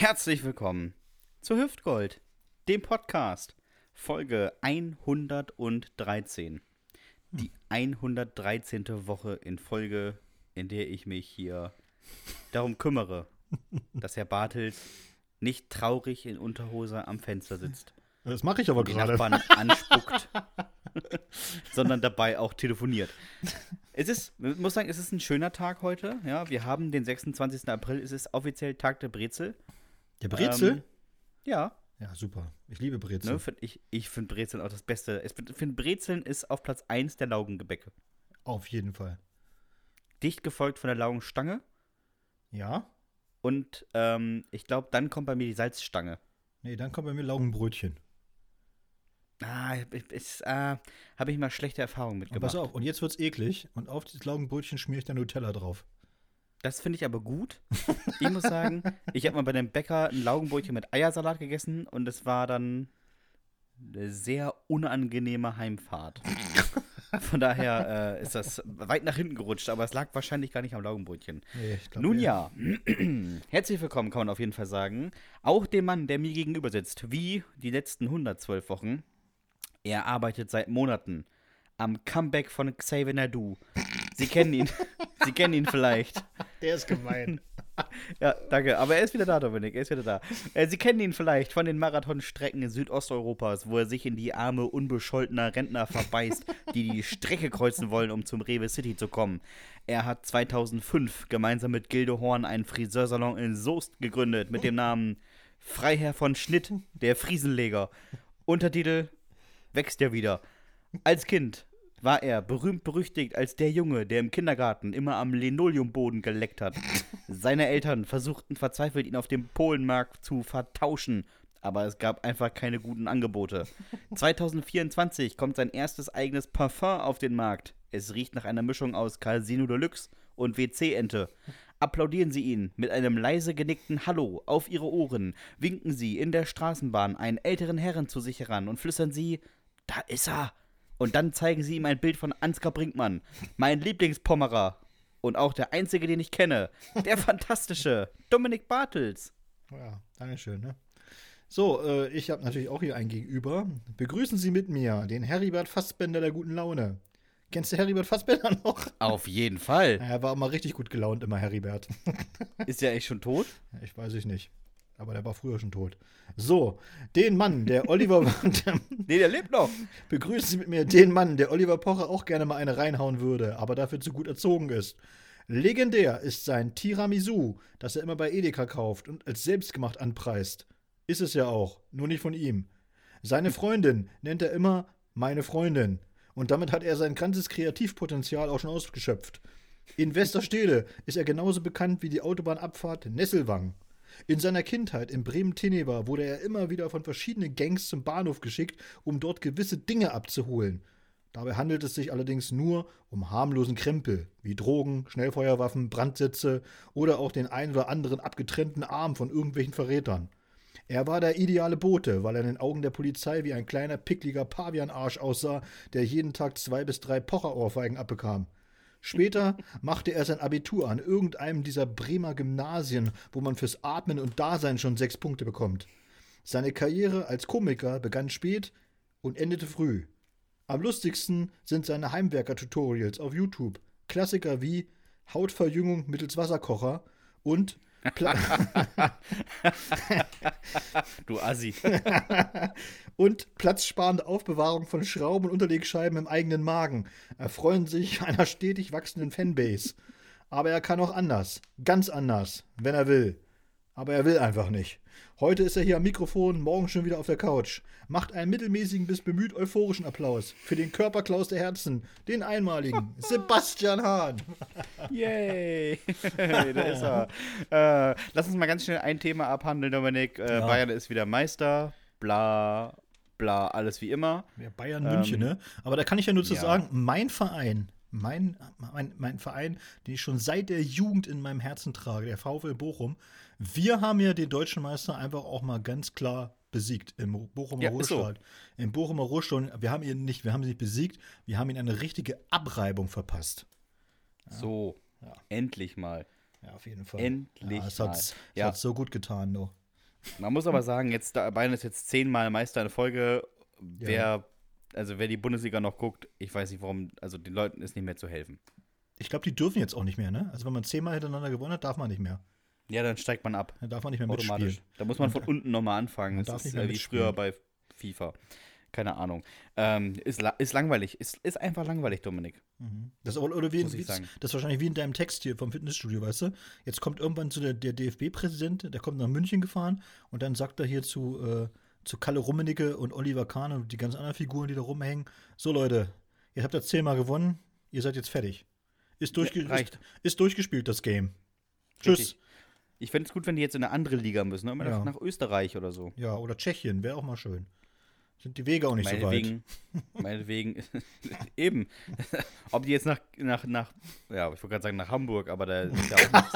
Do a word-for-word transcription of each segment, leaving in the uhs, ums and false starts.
Herzlich willkommen zu Hüftgold, dem Podcast, Folge hundertdreizehn. Die hundertdreizehnte Woche in Folge, in der ich mich hier darum kümmere, dass Herr Bartels nicht traurig in Unterhose am Fenster sitzt. Das mache ich aber und die gerade. Nachbarn anspuckt, sondern dabei auch telefoniert. Es ist, ich muss sagen, es ist ein schöner Tag heute. Ja, wir haben den sechsundzwanzigsten April, es ist offiziell Tag der Brezel. Der Brezel? Ähm, ja. Ja, super. Ich liebe Brezel. Ne, find ich ich finde Brezeln auch das Beste. Ich finde, Brezeln ist auf Platz eins der Laugengebäcke. Auf jeden Fall. Dicht gefolgt von der Laugenstange. Ja. Und ähm, ich glaube, dann kommt bei mir die Salzstange. Nee, dann kommt bei mir Laugenbrötchen. Ah, ich, ich, äh, habe ich mal schlechte Erfahrungen mitgemacht. Und pass auf, und jetzt wird's eklig. Und auf dieses Laugenbrötchen schmiere ich dann Nutella drauf. Das finde ich aber gut. Ich muss sagen, ich habe mal bei dem Bäcker ein Laugenbrötchen mit Eiersalat gegessen und es war dann eine sehr unangenehme Heimfahrt. Von daher äh, ist das weit nach hinten gerutscht, aber es lag wahrscheinlich gar nicht am Laugenbrötchen. Nee, ich glaub, Nun ja, herzlich willkommen, kann man auf jeden Fall sagen. Auch dem Mann, der mir gegenüber sitzt, wie die letzten hundertzwölf Wochen. Er arbeitet seit Monaten am Comeback von Xavier Naidoo. Sie kennen ihn. Sie kennen ihn vielleicht. Der ist gemein. Ja, danke. Aber er ist wieder da, Dominik. Er ist wieder da. Äh, Sie kennen ihn vielleicht von den Marathonstrecken in Südosteuropas, wo er sich in die Arme unbescholtener Rentner verbeißt, die die Strecke kreuzen wollen, um zum Rewe City zu kommen. Er hat zweitausendfünf gemeinsam mit Gilde Horn einen Friseursalon in Soest gegründet mit dem Namen Freiherr von Schnitt, der Friesenleger. Untertitel: Wächst ja wieder. Als Kind war er berühmt-berüchtigt als der Junge, der im Kindergarten immer am Linoleumboden geleckt hat. Seine Eltern versuchten verzweifelt, ihn auf dem Polenmarkt zu vertauschen, aber es gab einfach keine guten Angebote. zweitausendvierundzwanzig kommt sein erstes eigenes Parfum auf den Markt. Es riecht nach einer Mischung aus Casino Deluxe und W C-Ente. Applaudieren Sie ihn mit einem leise genickten Hallo auf Ihre Ohren. Winken Sie in der Straßenbahn einen älteren Herren zu sich heran und flüstern Sie: Da ist er! Und dann zeigen sie ihm ein Bild von Ansgar Brinkmann, mein Lieblingspommerer. Und auch der einzige, den ich kenne, der fantastische Dominik Bartels. Ja, dankeschön, ne? So, äh, ich habe natürlich auch hier einen Gegenüber. Begrüßen Sie mit mir den Heribert Fassbender der guten Laune. Kennst du Heribert Fassbender noch? Auf jeden Fall. Er war immer richtig gut gelaunt, immer Heribert. Ist der echt schon tot? Ich weiß ich nicht. Aber der war früher schon tot. So, den Mann, der Oliver... Nee, der lebt noch. Begrüßen Sie mit mir den Mann, der Oliver Pocher auch gerne mal eine reinhauen würde, aber dafür zu gut erzogen ist. Legendär ist sein Tiramisu, das er immer bei Edeka kauft und als selbstgemacht anpreist. Ist es ja auch, nur nicht von ihm. Seine Freundin nennt er immer meine Freundin. Und damit hat er sein ganzes Kreativpotenzial auch schon ausgeschöpft. In Westerstede ist er genauso bekannt wie die Autobahnabfahrt Nesselwang. In seiner Kindheit in Bremen-Tineba wurde er immer wieder von verschiedenen Gangs zum Bahnhof geschickt, um dort gewisse Dinge abzuholen. Dabei handelt es sich allerdings nur um harmlosen Krempel, wie Drogen, Schnellfeuerwaffen, Brandsätze oder auch den ein oder anderen abgetrennten Arm von irgendwelchen Verrätern. Er war der ideale Bote, weil er in den Augen der Polizei wie ein kleiner, pickliger Pavianarsch aussah, der jeden Tag zwei bis drei Pocherohrfeigen abbekam. Später machte er sein Abitur an irgendeinem dieser Bremer Gymnasien, wo man fürs Atmen und Dasein schon sechs Punkte bekommt. Seine Karriere als Komiker begann spät und endete früh. Am lustigsten sind seine Heimwerker-Tutorials auf YouTube. Klassiker wie Hautverjüngung mittels Wasserkocher und Pla- Du Assi. und platzsparende Aufbewahrung von Schrauben und Unterlegscheiben im eigenen Magen erfreuen sich einer stetig wachsenden Fanbase. Aber er kann auch anders, ganz anders, wenn er will. Aber er will einfach nicht. Heute ist er hier am Mikrofon, morgen schon wieder auf der Couch. Macht einen mittelmäßigen bis bemüht euphorischen Applaus für den Körperklaus der Herzen, den einmaligen Sebastian Hahn. Yay. Da ist er. Äh, lass uns mal ganz schnell ein Thema abhandeln, Dominik. Äh, Ja. Bayern ist wieder Meister. Bla, bla, alles wie immer. Ja, Bayern München, Ähm, ne? Aber da kann ich ja nur zu ja. sagen, mein Verein, mein, mein, mein Verein, den ich schon seit der Jugend in meinem Herzen trage, der VfL Bochum, wir haben ja den deutschen Meister einfach auch mal ganz klar besiegt im Bochumer Ja, ist so. Ruhrstadion. Im Bochumer Ruhrstadion, wir haben ihn nicht, wir haben ihn nicht besiegt, wir haben ihn eine richtige Abreibung verpasst. So, Ja. endlich mal. Ja, auf jeden Fall. Endlich ja, es mal. hat's, es Ja. hat's so gut getan, du. Man muss aber sagen, jetzt da Bayern ist jetzt zehnmal Meister in Folge. Wer, Ja. also wer die Bundesliga noch guckt, ich weiß nicht warum, also den Leuten ist nicht mehr zu helfen. Ich glaube, die dürfen jetzt auch nicht mehr, ne? Also wenn man zehnmal hintereinander gewonnen hat, darf man nicht mehr. Ja, dann steigt man ab. Dann darf man nicht mehr Automatisch. mitspielen. Da muss man Und- von unten nochmal anfangen. man Das darf ist nicht mehr äh, wie mitspielen. früher bei FIFA. Keine Ahnung. Ähm, ist, la ist langweilig. Ist, ist einfach langweilig, Dominik. Mhm. Das ist, auch- oder wie, Muss ich wie, sagen. das ist wahrscheinlich wie in deinem Text hier vom Fitnessstudio, weißt du? Jetzt kommt irgendwann zu der, der D F B-Präsident, der kommt nach München gefahren und dann sagt er hier zu, äh, zu Kalle Rummenigge und Oliver Kahn und die ganzen anderen Figuren, die da rumhängen: So Leute, ihr habt das zehnmal gewonnen, ihr seid jetzt fertig. Ist, durchge Ja, reicht. ist, ist durchgespielt, das Game. Tschüss. Richtig. Ich fände es gut, wenn die jetzt in eine andere Liga müssen. Ne? Mal Ja. nach, nach Österreich oder so. Ja, oder Tschechien, wäre auch mal schön. Sind die Wege auch nicht so weit. Meinetwegen, meinetwegen, eben. Ob die jetzt nach, nach, nach ja, ich wollte gerade sagen nach Hamburg, aber da ist ja auch nichts,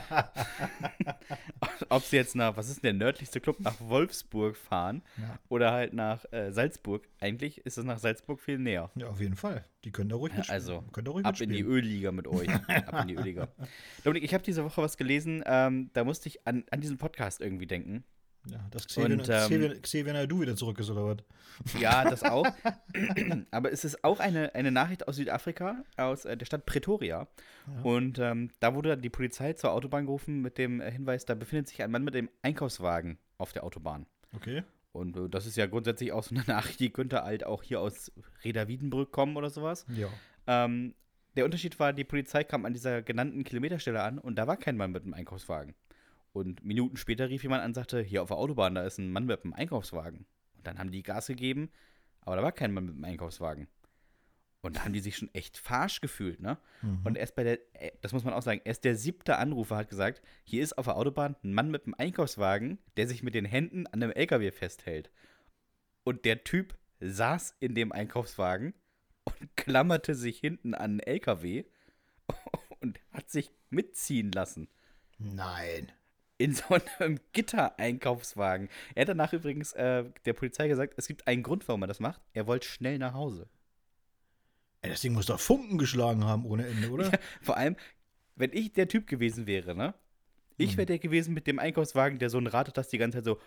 ne? Ob sie jetzt nach, was ist denn der nördlichste Club, nach Wolfsburg fahren Ja. oder halt nach äh, Salzburg. Eigentlich ist es nach Salzburg viel näher. Ja, auf jeden Fall. Die können da ruhig mitspielen. Also, können da ruhig ab in die mitspielen. Ölliga mit euch. Ab in die Ölliga. Dominik, ich habe diese Woche was gelesen, ähm, da musste ich an, an diesen Podcast irgendwie denken. Ja, dass Xavier, Und, ähm, Xavier, Xavier Naidoo wieder zurück ist, oder was? Ja, das auch. Aber es ist auch eine, eine Nachricht aus Südafrika, aus äh, der Stadt Pretoria. Ja. Und ähm, da wurde dann die Polizei zur Autobahn gerufen mit dem äh, Hinweis, da befindet sich ein Mann mit dem Einkaufswagen auf der Autobahn. Okay. Und äh, das ist ja grundsätzlich auch so eine Nachricht, die könnte halt auch hier aus Reda-Wiedenbrück kommen oder sowas. Ja. Ähm, der Unterschied war, die Polizei kam an dieser genannten Kilometerstelle an und da war kein Mann mit einem Einkaufswagen. Und Minuten später rief jemand an und sagte, hier auf der Autobahn, da ist ein Mann mit einem Einkaufswagen. Und dann haben die Gas gegeben, aber da war kein Mann mit einem Einkaufswagen. Und da haben die sich schon echt farsch gefühlt, ne? Mhm. Und erst bei der, äh, das muss man auch sagen, erst der siebte Anrufer hat gesagt, hier ist auf der Autobahn ein Mann mit einem Einkaufswagen, der sich mit den Händen an einem L K W festhält. Und der Typ saß in dem Einkaufswagen und klammerte sich hinten an einen L K W und hat sich mitziehen lassen. Nein. In so einem Gitter-Einkaufswagen. Er hat danach übrigens äh, der Polizei gesagt, es gibt einen Grund, warum er das macht. Er wollte schnell nach Hause. Ey, das Ding muss doch Funken geschlagen haben ohne Ende, oder? Ja, vor allem, wenn ich der Typ gewesen wäre, ne? Ich Hm. wäre der gewesen mit dem Einkaufswagen, der so ein Rad hat, das die ganze Zeit so.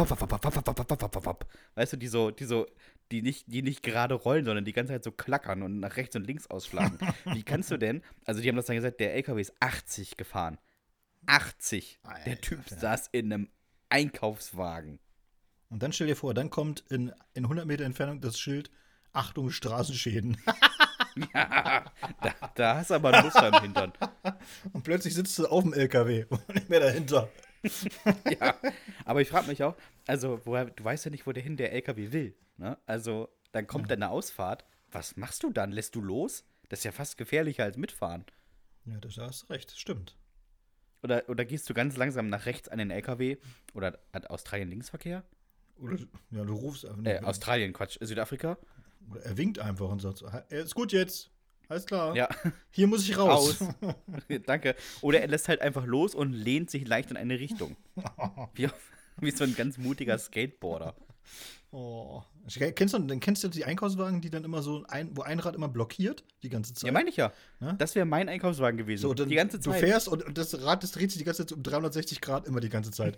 Weißt du, die so, die so, die nicht, die nicht gerade rollen, sondern die ganze Zeit so klackern und nach rechts und links ausschlagen. Wie kannst du denn? Also, die haben das dann gesagt, der L K W ist achtzig gefahren. achtzig. Der Typ Alter. saß in einem Einkaufswagen. Und dann stell dir vor, dann kommt in, in hundert Meter Entfernung das Schild: Achtung, Straßenschäden. Ja, da, da hast du aber einen Muster im Hintern. Und plötzlich sitzt du auf dem L K W und nicht mehr dahinter. Ja, aber ich frage mich auch, also, woher, du weißt ja nicht, wo der hin der L K W will. Ne? Also, dann kommt Ja. deine Ausfahrt. Was machst du dann? Lässt du los? Das ist ja fast gefährlicher als mitfahren. Ja, das hast du recht, das stimmt. Oder, oder gehst du ganz langsam nach rechts an den L K W? Oder hat Australien Linksverkehr? Oder ja, du rufst einfach. Äh, Australien, Quatsch, Südafrika? Oder er winkt einfach und sagt so: "Er ist gut jetzt. Alles klar. Ja, Hier muss ich raus. aus. Danke. Oder er lässt halt einfach los und lehnt sich leicht in eine Richtung. Wie, wie so ein ganz mutiger Skateboarder. Oh. Kennst du, dann kennst du die Einkaufswagen, die dann immer so, ein, wo ein Rad immer blockiert, die ganze Zeit? Ja, meine ich ja. Ne? Das wäre mein Einkaufswagen gewesen. So, dann, die ganze Zeit. Du fährst und, und das Rad, das dreht sich die ganze Zeit um dreihundertsechzig Grad, immer die ganze Zeit.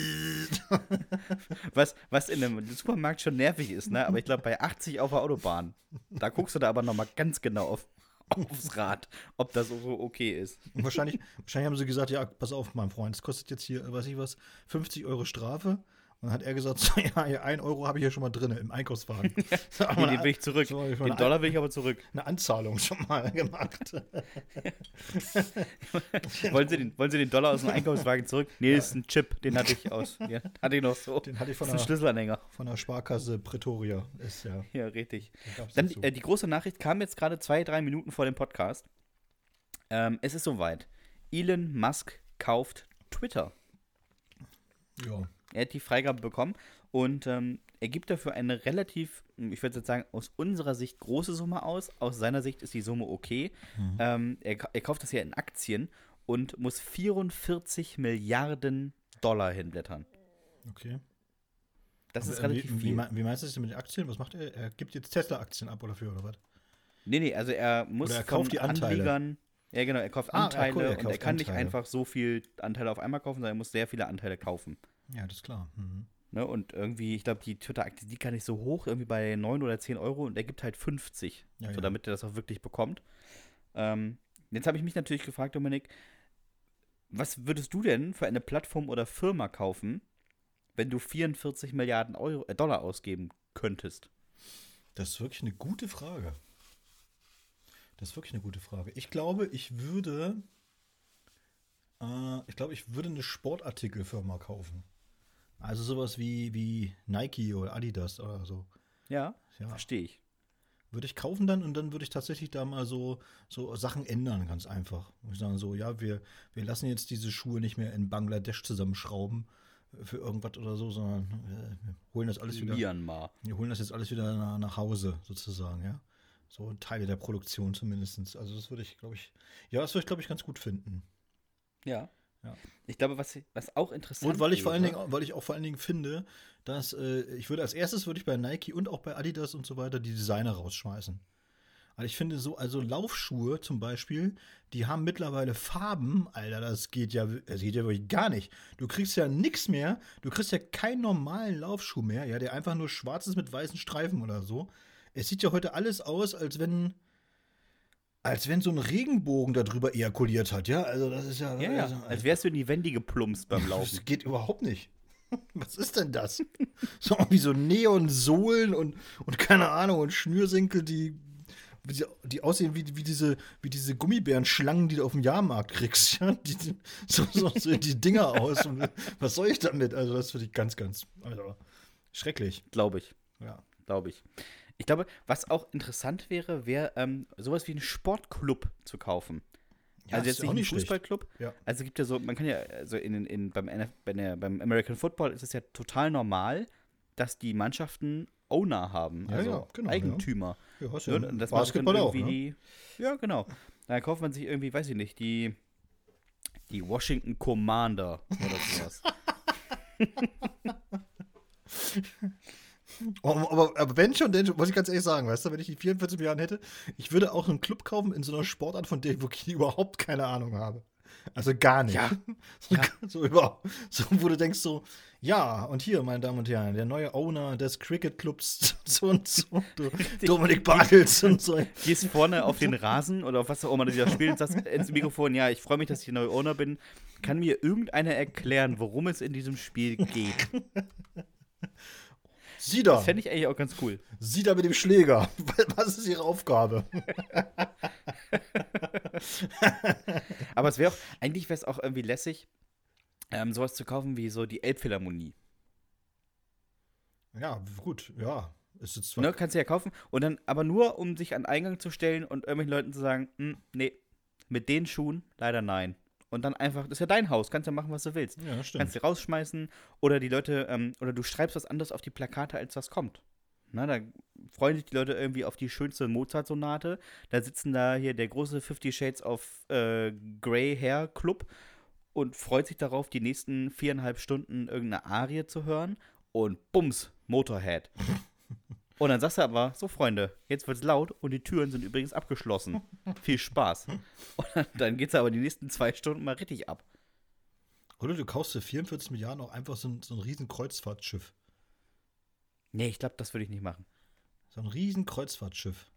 Was, was in einem Supermarkt schon nervig ist, ne? Aber ich glaube, bei achtzig auf der Autobahn, da guckst du da aber nochmal ganz genau auf, aufs Rad, ob das so okay ist. Und wahrscheinlich, wahrscheinlich haben sie gesagt: Ja, pass auf, mein Freund, es kostet jetzt hier, weiß ich was, fünfzig Euro Strafe. Und dann hat er gesagt: So, ja, hier, ein Euro habe ich hier schon mal drin im Einkaufswagen. So, Nee, den will ich zurück. so, ich Den eine- Dollar will ich aber zurück. Eine Anzahlung schon mal gemacht. Wollen Sie, den, wollen Sie den Dollar aus dem Einkaufswagen zurück? Nee, das ist ein Chip, den hatte ich aus. Ja, hatte ich noch so. Den hatte ich Das von ist ein der, Schlüsselanhänger. von der Sparkasse Pretoria. Ist ja. Ja, richtig. den gab's Dann dazu. äh, die große Nachricht kam jetzt gerade zwei, drei Minuten vor dem Podcast. Ähm, es ist soweit. Elon Musk kauft Twitter. Ja. Er hat die Freigabe bekommen und ähm, er gibt dafür eine relativ, ich würde jetzt sagen, aus unserer Sicht große Summe aus. Aus seiner Sicht ist die Summe okay. Mhm. Ähm, er, ka- er kauft das ja in Aktien und muss vierundvierzig Milliarden Dollar hinblättern. Okay. Das Aber, ist äh, relativ wie, wie, viel. me- wie meinst du das denn mit den Aktien? Was macht er? Er gibt jetzt Tesla-Aktien ab oder für, oder was? Nee, nee, also er muss Oder er von kauft die Anteile. Anlegern, ja genau, er kauft Ah, er Anteile ko- er und er kauft kann nicht Anteile. einfach so viel Anteile auf einmal kaufen, sondern er muss sehr viele Anteile kaufen. Ja, das ist klar. Mhm. Ne? Und irgendwie, ich glaube, die Twitter-Aktie, die kann nicht so hoch, irgendwie bei neun oder zehn Euro und er gibt halt fünfzig, Ja, so ja. damit er das auch wirklich bekommt. Ähm, jetzt habe ich mich natürlich gefragt, Dominik, was würdest du denn für eine Plattform oder Firma kaufen, wenn du vierundvierzig Milliarden Euro, äh, Dollar ausgeben könntest? Das ist wirklich eine gute Frage. Das ist wirklich eine gute Frage. Ich glaube, ich würde, äh, ich glaube, ich würde eine Sportartikelfirma kaufen. Also sowas wie, wie Nike oder Adidas oder so. Ja, Ja, verstehe ich. würde ich kaufen dann und dann würde ich tatsächlich da mal so, so Sachen ändern, ganz einfach. Und ich sage so, ja, wir, wir lassen jetzt diese Schuhe nicht mehr in Bangladesch zusammenschrauben für irgendwas oder so, sondern äh, wir holen das alles wieder, Myanmar. wir holen das jetzt alles wieder nach, nach Hause sozusagen, ja. So Teile der Produktion zumindest. Also das würde ich, glaube ich, ja, das würde ich, glaube ich, ganz gut finden. Ja. Ja. Ich glaube, was, was auch interessant Und weil ich vor allen wäre- Dingen, weil ich auch vor allen Dingen finde, dass äh, ich würde als erstes würde ich bei Nike und auch bei Adidas und so weiter die Designer rausschmeißen. Weil ich finde so, also Laufschuhe zum Beispiel, die haben mittlerweile Farben, Alter, das geht ja, das geht ja wirklich gar nicht. Du kriegst ja nichts mehr, du kriegst ja keinen normalen Laufschuh mehr, ja, der einfach nur schwarz ist mit weißen Streifen oder so. Es sieht ja heute alles aus, als wenn, als wenn so ein Regenbogen darüber ejakuliert hat, ja. Also das ist ja, Ja, ja. also, Als wärst du in die Wände geplumpst beim Laufen. das geht überhaupt nicht. Was ist denn das? So wie so Neonsohlen und, und keine Ahnung und Schnürsenkel, die, die, die aussehen wie, wie, diese, wie diese Gummibärenschlangen, die du auf dem Jahrmarkt kriegst. Ja? Die, die, so, so sehen die Dinger aus. Und was soll ich damit? Also, das finde ich ganz, ganz also, schrecklich. Glaube ich. Ja. Glaube ich. Ich glaube, was auch interessant wäre, wäre ähm, sowas wie einen Sportclub zu kaufen. Ja, Also ist jetzt auch nicht einen nicht schlecht. Fußballclub. Ja. Also es gibt ja so, man kann ja, also in, in, beim, N F bei der, beim American Football ist es ja total normal, dass die Mannschaften Owner haben, Ja, also ja, genau, Eigentümer. Ja, hast Ja, ja und das macht dann Basketball auch, irgendwie ne? die, ja, genau. Dann kauft man sich irgendwie, weiß ich nicht, die, die Washington Commander oder sowas. Oh, aber, aber wenn schon, denn, muss ich ganz ehrlich sagen, weißt du, wenn ich die vierundvierzig Milliarden hätte, ich würde auch einen Club kaufen in so einer Sportart, von der ich wirklich überhaupt keine Ahnung habe. Also gar nicht. Ja. So, Ja. so überhaupt. So, wo du denkst so, ja, und hier, meine Damen und Herren, der neue Owner des Cricket-Clubs so und so, du, Dominik Bartels und so. Gehst vorne auf den Rasen oder auf was auch immer du da spielst, sagst ins Mikrofon, ja, ich freue mich, dass ich der neue Owner bin. Kann mir irgendeiner erklären, worum es in diesem Spiel geht? Sie da, Das fände ich eigentlich auch ganz cool. Sie da mit dem Schläger. Was ist Ihre Aufgabe? Aber es wäre auch, eigentlich wäre es auch irgendwie lässig, ähm, sowas zu kaufen wie so die Elbphilharmonie. Ja, gut, ja. Ist jetzt zwar Ne, kannst du ja kaufen und dann aber nur, um sich an den Eingang zu stellen und irgendwelchen Leuten zu sagen, "Hm, nee, mit den Schuhen leider nein. Und dann einfach, das ist ja dein Haus, kannst ja machen, was du willst. Ja, stimmt. Kannst du rausschmeißen oder die Leute, ähm, oder du schreibst was anderes auf die Plakate, als was kommt. Na, da freuen sich die Leute irgendwie auf die schönste Mozart-Sonate. Da sitzen da hier der große Fifty Shades of äh, Grey Hair Club und freut sich darauf, die nächsten viereinhalb Stunden irgendeine Arie zu hören. Und bums, Motorhead. Und dann sagst du aber, so Freunde, jetzt wird's laut und die Türen sind übrigens abgeschlossen. Viel Spaß. Und dann geht's aber die nächsten zwei Stunden mal richtig ab. Oder du kaufst für vierundvierzig Milliarden auch einfach so ein, so ein riesen Kreuzfahrtschiff. Nee, ich glaube, das würde ich nicht machen. So ein riesen Kreuzfahrtschiff.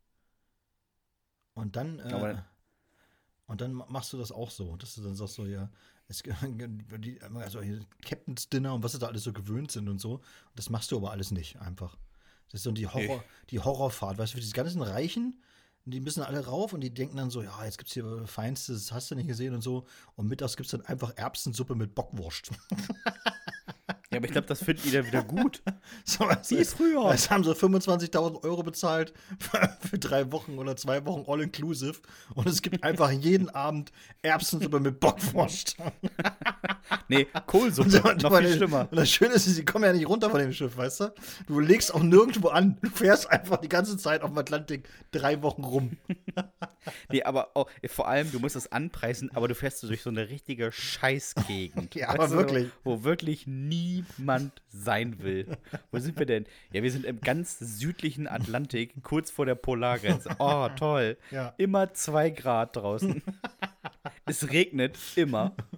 Und dann, äh, Aber- und dann machst du das auch so, dass du dann sagst so, ja, es, die, also hier Captain's Dinner und was sie da alles so gewöhnt sind und so. Das machst du aber alles nicht einfach. Das ist so die Horror, die Horrorfahrt, weißt du, für diese ganzen Reichen, die müssen alle rauf und die denken dann so, ja, jetzt gibt's hier Feinstes, hast du nicht gesehen und so. Und mittags gibt's dann einfach Erbsensuppe mit Bockwurst. Ja, aber ich glaube, das finden die dann wieder gut. So, weißt du, Wie früher. Es haben so fünfundzwanzigtausend Euro bezahlt für, für drei Wochen oder zwei Wochen all-inclusive und es gibt einfach jeden Abend Erbsensuppe mit Bockwurst. Nee, Kohlsuppe, Und noch meine- viel schlimmer. Und das Schöne ist, sie kommen ja nicht runter von dem Schiff, weißt du? Du legst auch nirgendwo an. Du fährst einfach die ganze Zeit auf dem Atlantik drei Wochen rum. Nee, aber auch, vor allem, du musst es anpreisen, aber du fährst so durch so eine richtige Scheißgegend. Ja, aber Weißt du, wirklich. Wo wirklich niemand sein will. Wo sind wir denn? Ja, wir sind im ganz südlichen Atlantik, kurz vor der Polargrenze. Oh, toll. Ja. Immer zwei Grad draußen. Es regnet immer.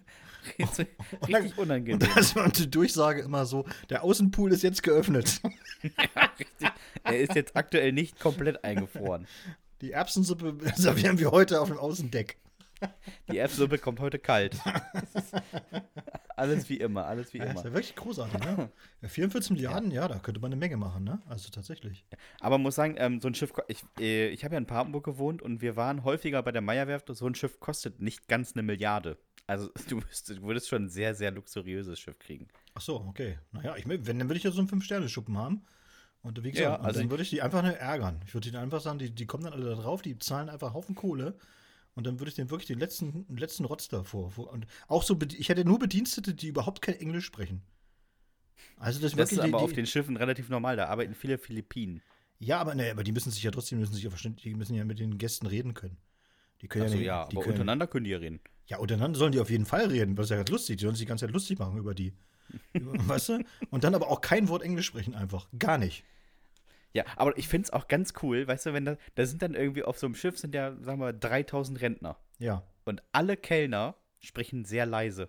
Richtig, Und dann- richtig unangenehm. Und das war die Durchsage immer so, der Außenpool ist jetzt geöffnet. Ja, richtig. Er ist jetzt aktuell nicht komplett eingefroren. Die Erbsensuppe servieren wir heute auf dem Außendeck. Die Erbsensuppe kommt heute kalt. Alles wie immer, alles wie Ja, ist immer. ja wirklich großartig, ne? Ja, vierundvierzig Milliarden, ja. da könnte man eine Menge machen, ne? Also tatsächlich. Aber man muss sagen, ähm, so ein Schiff, ko- ich, äh, ich habe ja in Papenburg gewohnt und wir waren häufiger bei der Meierwerft. So ein Schiff kostet nicht ganz eine Milliarde. Also du, müsstest, du würdest schon ein sehr, sehr luxuriöses Schiff kriegen. Ach so, okay. Naja, ich, wenn, dann würde ich ja so einen Fünf-Sterne-Schuppen haben. Und wie gesagt, Ja, und also dann ich- würde ich die einfach nur ärgern. Ich würde denen einfach sagen, die, die kommen dann alle da drauf, die zahlen einfach einen Haufen Kohle. Und dann würde ich denen wirklich den letzten, den letzten Rotz davor. vor- Und auch so, bedi- ich hätte nur Bedienstete, die überhaupt kein Englisch sprechen. Also das, Das wirklich ist aber die, auf die, den Schiffen relativ normal. Da arbeiten viele Philippinen. Ja, aber, ne, aber die müssen sich ja trotzdem, müssen sich ja verständ- die müssen ja mit den Gästen reden können. Die können Achso, ja, nicht, ja, die aber können, untereinander können die ja reden. Ja, untereinander sollen die auf jeden Fall reden. Das ist ja ganz lustig. Die sollen sich die ganze Zeit lustig machen über die. Weißt du? Und dann aber auch kein Wort Englisch sprechen einfach. Gar nicht. Ja, aber ich finde es auch ganz cool, weißt du, wenn da, da sind dann irgendwie auf so einem Schiff sind ja, sagen wir, dreitausend Rentner. Ja. Und alle Kellner sprechen sehr leise.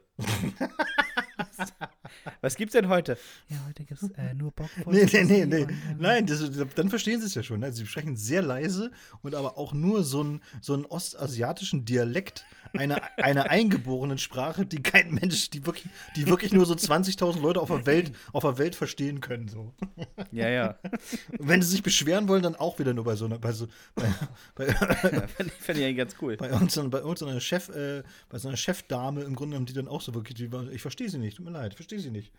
Was gibt's denn heute? Ja, heute gibt's äh, nur Bockwurst. Nee, nee, nee, nee. und, ähm, Nein, das, dann verstehen sie es ja schon. Ne? Sie sprechen sehr leise und aber auch nur so einen so einen ostasiatischen Dialekt einer, einer eingeborenen Sprache, die kein Mensch, die wirklich, die wirklich nur so zwanzigtausend Leute auf der Welt, auf der Welt verstehen können. So. Ja, ja. Und wenn sie sich beschweren wollen, dann auch wieder nur bei so einer, bei so, bei, bei, Fände ich, fänd ich eigentlich ganz cool. bei uns, bei uns so einer Chef, äh, bei so einer Chefdame im Grunde genommen, die dann auch so wirklich, die, war- ich verstehe sie nicht, tut mir leid, verstehe sie nicht.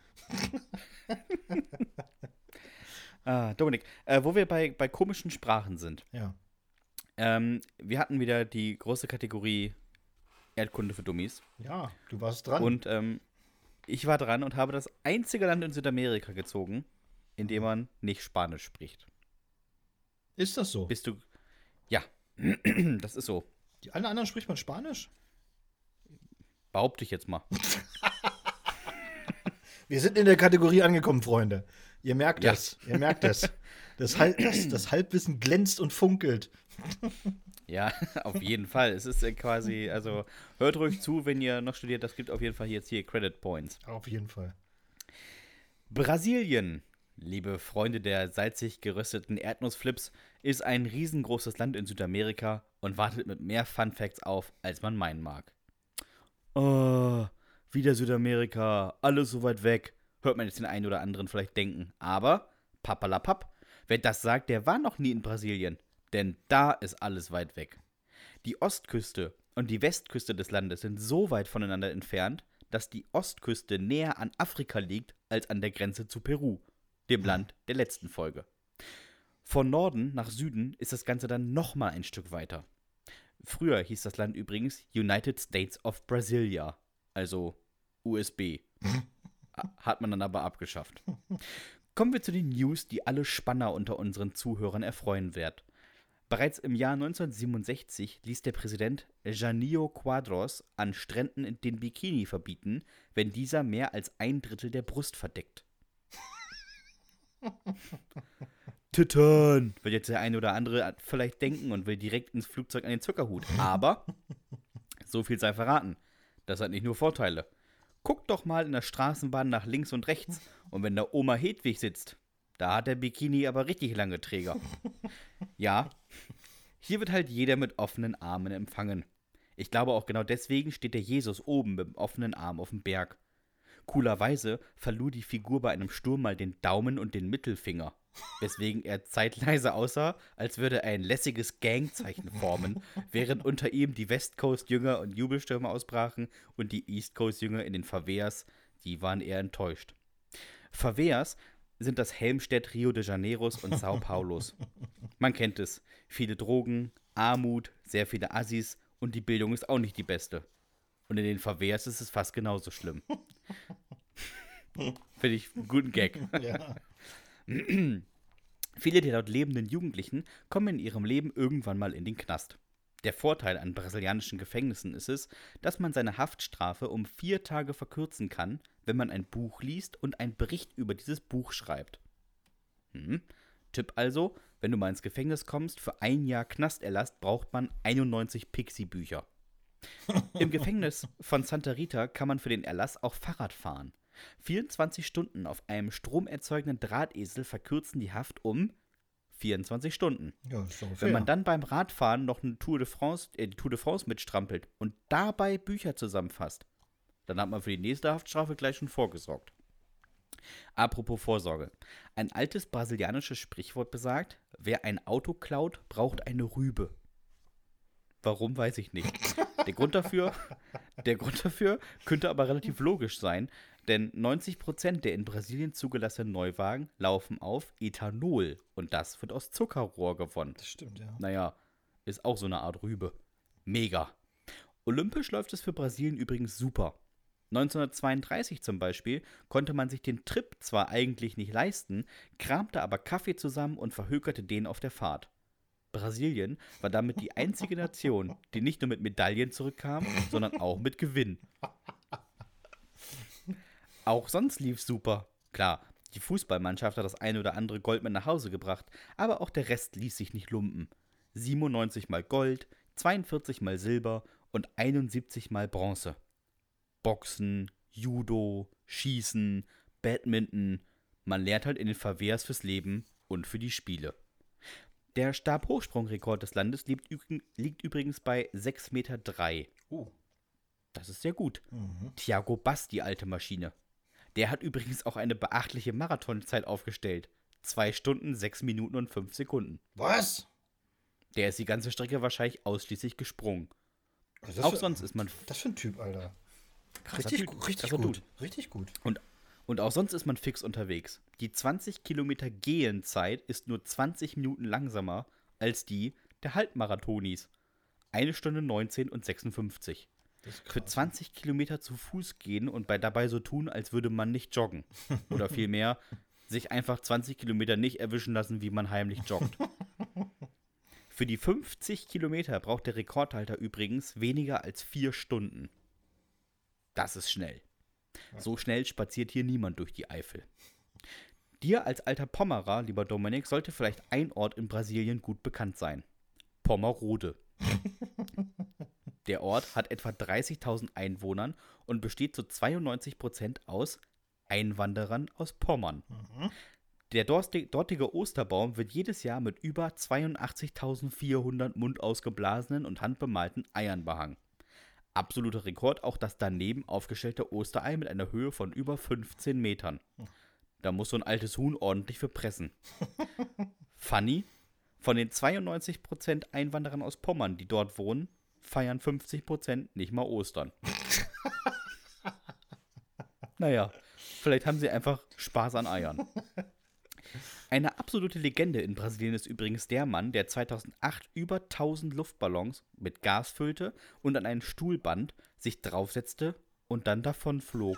Ah, Dominik, äh, wo wir bei, bei komischen Sprachen sind. Ja. Ähm, wir hatten wieder die große Kategorie Erdkunde für Dummies. Ja, du warst dran. Und ähm, ich war dran und habe das einzige Land in Südamerika gezogen, in dem man nicht Spanisch spricht. Ist das so? Bist du. Ja, das ist so. Die alle anderen spricht man Spanisch? Behaupte ich jetzt mal. Wir sind in der Kategorie angekommen, Freunde. Ihr merkt Ja. das. Ihr merkt das. Das, Hal das. das Halbwissen glänzt und funkelt. Ja, auf jeden Fall. Es ist äh, quasi, also hört ruhig zu, wenn ihr noch studiert. Das gibt auf jeden Fall jetzt hier Credit Points. Auf jeden Fall. Brasilien, liebe Freunde der salzig gerösteten Erdnussflips, ist ein riesengroßes Land in Südamerika und wartet mit mehr Fun Facts auf, als man meinen mag. Oh, wieder Südamerika, alles so weit weg, hört man jetzt den einen oder anderen vielleicht denken. Aber, papalapap, wer das sagt, der war noch nie in Brasilien, denn da ist alles weit weg. Die Ostküste und die Westküste des Landes sind so weit voneinander entfernt, dass die Ostküste näher an Afrika liegt als an der Grenze zu Peru, dem Land der letzten Folge. Von Norden nach Süden ist das Ganze dann nochmal ein Stück weiter. Früher hieß das Land übrigens United States of Brasilia, also U S B. Hat man dann aber abgeschafft. Kommen wir zu den News, die alle Spanner unter unseren Zuhörern erfreuen wird. Bereits im Jahr neunzehnhundertsiebenundsechzig ließ der Präsident Janio Quadros an Stränden den Bikini verbieten, wenn dieser mehr als ein Drittel der Brust verdeckt. Titan, wird jetzt der eine oder andere vielleicht denken und will direkt ins Flugzeug an den Zuckerhut. Aber, so viel sei verraten, das hat nicht nur Vorteile. Guckt doch mal in der Straßenbahn nach links und rechts und wenn da Oma Hedwig sitzt, da hat der Bikini aber richtig lange Träger. Ja, hier wird halt jeder mit offenen Armen empfangen. Ich glaube auch genau deswegen steht der Jesus oben mit dem offenen Arm auf dem Berg. Coolerweise verlor die Figur bei einem Sturm mal den Daumen und den Mittelfinger, weswegen er zeitweise aussah, als würde er ein lässiges Gangzeichen formen, während unter ihm die West Coast-Jünger und Jubelstürme ausbrachen und die East Coast-Jünger in den Favelas, die waren eher enttäuscht. Favelas sind das Helmstedt Rio de Janeiros und Sao Paulos. Man kennt es. Viele Drogen, Armut, sehr viele Assis und die Bildung ist auch nicht die beste. Und in den Favelas ist es fast genauso schlimm. Finde ich einen guten Gag. Ja. Viele der dort lebenden Jugendlichen kommen in ihrem Leben irgendwann mal in den Knast. Der Vorteil an brasilianischen Gefängnissen ist es, dass man seine Haftstrafe um vier Tage verkürzen kann, wenn man ein Buch liest und einen Bericht über dieses Buch schreibt. Hm. Tipp also, wenn du mal ins Gefängnis kommst, für ein Jahr Knasterlass braucht man einundneunzig Pixie-Bücher. Im Gefängnis von Santa Rita kann man für den Erlass auch Fahrrad fahren. vierundzwanzig Stunden auf einem stromerzeugenden Drahtesel verkürzen die Haft um vierundzwanzig Stunden. Ja, ist doch Wenn man fair. dann beim Radfahren noch eine Tour de France, äh, die Tour de France mitstrampelt und dabei Bücher zusammenfasst, dann hat man für die nächste Haftstrafe gleich schon vorgesorgt. Apropos Vorsorge. Ein altes brasilianisches Sprichwort besagt, wer ein Auto klaut, braucht eine Rübe. Warum, weiß ich nicht. Der Grund dafür, der Grund dafür könnte aber relativ logisch sein, denn neunzig Prozent der in Brasilien zugelassenen Neuwagen laufen auf Ethanol und das wird aus Zuckerrohr gewonnen. Das stimmt, ja. Naja, ist auch so eine Art Rübe. Mega. Olympisch läuft es für Brasilien übrigens super. neunzehnhundertzweiunddreißig zum Beispiel konnte man sich den Trip zwar eigentlich nicht leisten, kramte aber Kaffee zusammen und verhökerte den auf der Fahrt. Brasilien war damit die einzige Nation, die nicht nur mit Medaillen zurückkam, sondern auch mit Gewinn. Auch sonst lief's super. Klar, die Fußballmannschaft hat das eine oder andere Gold mit nach Hause gebracht, aber auch der Rest ließ sich nicht lumpen. siebenundneunzig mal Gold, zweiundvierzig mal Silber und einundsiebzig mal Bronze. Boxen, Judo, Schießen, Badminton. Man lernt halt in den Favors fürs Leben und für die Spiele. Der Stabhochsprungrekord des Landes liegt, üb- liegt übrigens bei sechs Meter drei. Oh. Das ist sehr gut. Mhm. Thiago Bass, die alte Maschine. Der hat übrigens auch eine beachtliche Marathonzeit aufgestellt. zwei Stunden, sechs Minuten und fünf Sekunden. Was? Der ist die ganze Strecke wahrscheinlich ausschließlich gesprungen. Was ist das Auch für- sonst ist man Das für ein Typ, Alter. krasser Richtig, Typ, gu- richtig krasser gut. Dude. Richtig gut. Und, und auch sonst ist man fix unterwegs. Die zwanzig Kilometer Gehenzeit ist nur zwanzig Minuten langsamer als die der Halbmarathonis. Eine Stunde neunzehn und sechsundfünfzig. Das ist Für krass. zwanzig Kilometer zu Fuß gehen und bei, dabei so tun, als würde man nicht joggen. Oder vielmehr sich einfach zwanzig Kilometer nicht erwischen lassen, wie man heimlich joggt. Für die fünfzig Kilometer braucht der Rekordhalter übrigens weniger als vier Stunden. Das ist schnell. So schnell spaziert hier niemand durch die Eifel. Dir als alter Pommerer, lieber Dominik, sollte vielleicht ein Ort in Brasilien gut bekannt sein. Pommerode. Der Ort hat etwa dreißigtausend Einwohnern und besteht zu zweiundneunzig Prozent aus Einwanderern aus Pommern. Der dorsti- dortige Osterbaum wird jedes Jahr mit über zweiundachtzigtausendvierhundert mundausgeblasenen und handbemalten Eiern behangen. Absoluter Rekord auch das daneben aufgestellte Osterei mit einer Höhe von über fünfzehn Metern. Da muss so ein altes Huhn ordentlich für pressen. Funny, von den zweiundneunzig Prozent Einwanderern aus Pommern, die dort wohnen, feiern fünfzig Prozent nicht mal Ostern. Naja, vielleicht haben sie einfach Spaß an Eiern. Eine absolute Legende in Brasilien ist übrigens der Mann, der zweitausendacht über tausend Luftballons mit Gas füllte und an einen Stuhl band, sich draufsetzte und dann davon flog.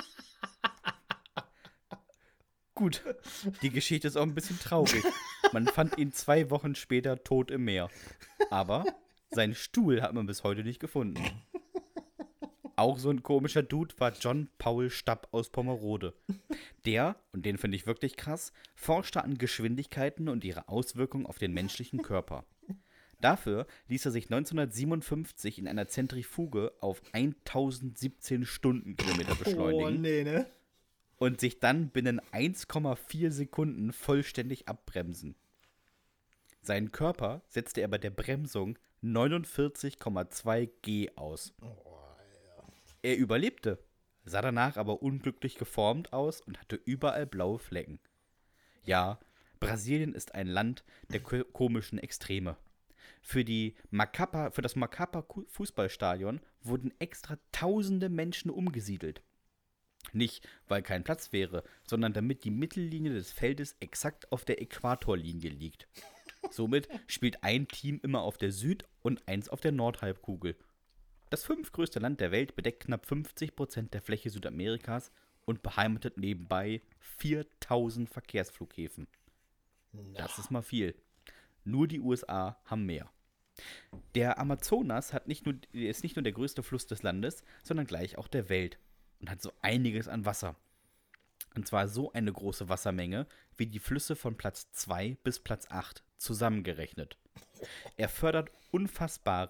Gut, die Geschichte ist auch ein bisschen traurig. Man fand ihn zwei Wochen später tot im Meer. Aber seinen Stuhl hat man bis heute nicht gefunden. Auch so ein komischer Dude war John Paul Stapp aus Pommerode. Der, und den finde ich wirklich krass, forschte an Geschwindigkeiten und ihre Auswirkungen auf den menschlichen Körper. Dafür ließ er sich neunzehnhundertsiebenundfünfzig in einer Zentrifuge auf eintausendsiebzehn Stundenkilometer beschleunigen Oh, nee, ne? und sich dann binnen eins Komma vier Sekunden vollständig abbremsen. Seinen Körper setzte er bei der Bremsung neunundvierzig Komma zwei G aus. Er überlebte, sah danach aber unglücklich geformt aus und hatte überall blaue Flecken. Ja, Brasilien ist ein Land der ko- komischen Extreme. Für, die Macapa, für das Macapa-Fußballstadion wurden extra tausende Menschen umgesiedelt. Nicht, weil kein Platz wäre, sondern damit die Mittellinie des Feldes exakt auf der Äquatorlinie liegt. Somit spielt ein Team immer auf der Süd- und eins auf der Nordhalbkugel. Das fünftgrößte Land der Welt bedeckt knapp fünfzig Prozent der Fläche Südamerikas und beheimatet nebenbei viertausend Verkehrsflughäfen. Das ist mal viel. Nur die U S A haben mehr. Der Amazonas hat nicht nur, ist nicht nur der größte Fluss des Landes, sondern gleich auch der Welt und hat so einiges an Wasser. Und zwar so eine große Wassermenge wie die Flüsse von Platz zwei bis Platz acht zusammengerechnet. Er fördert unfassbare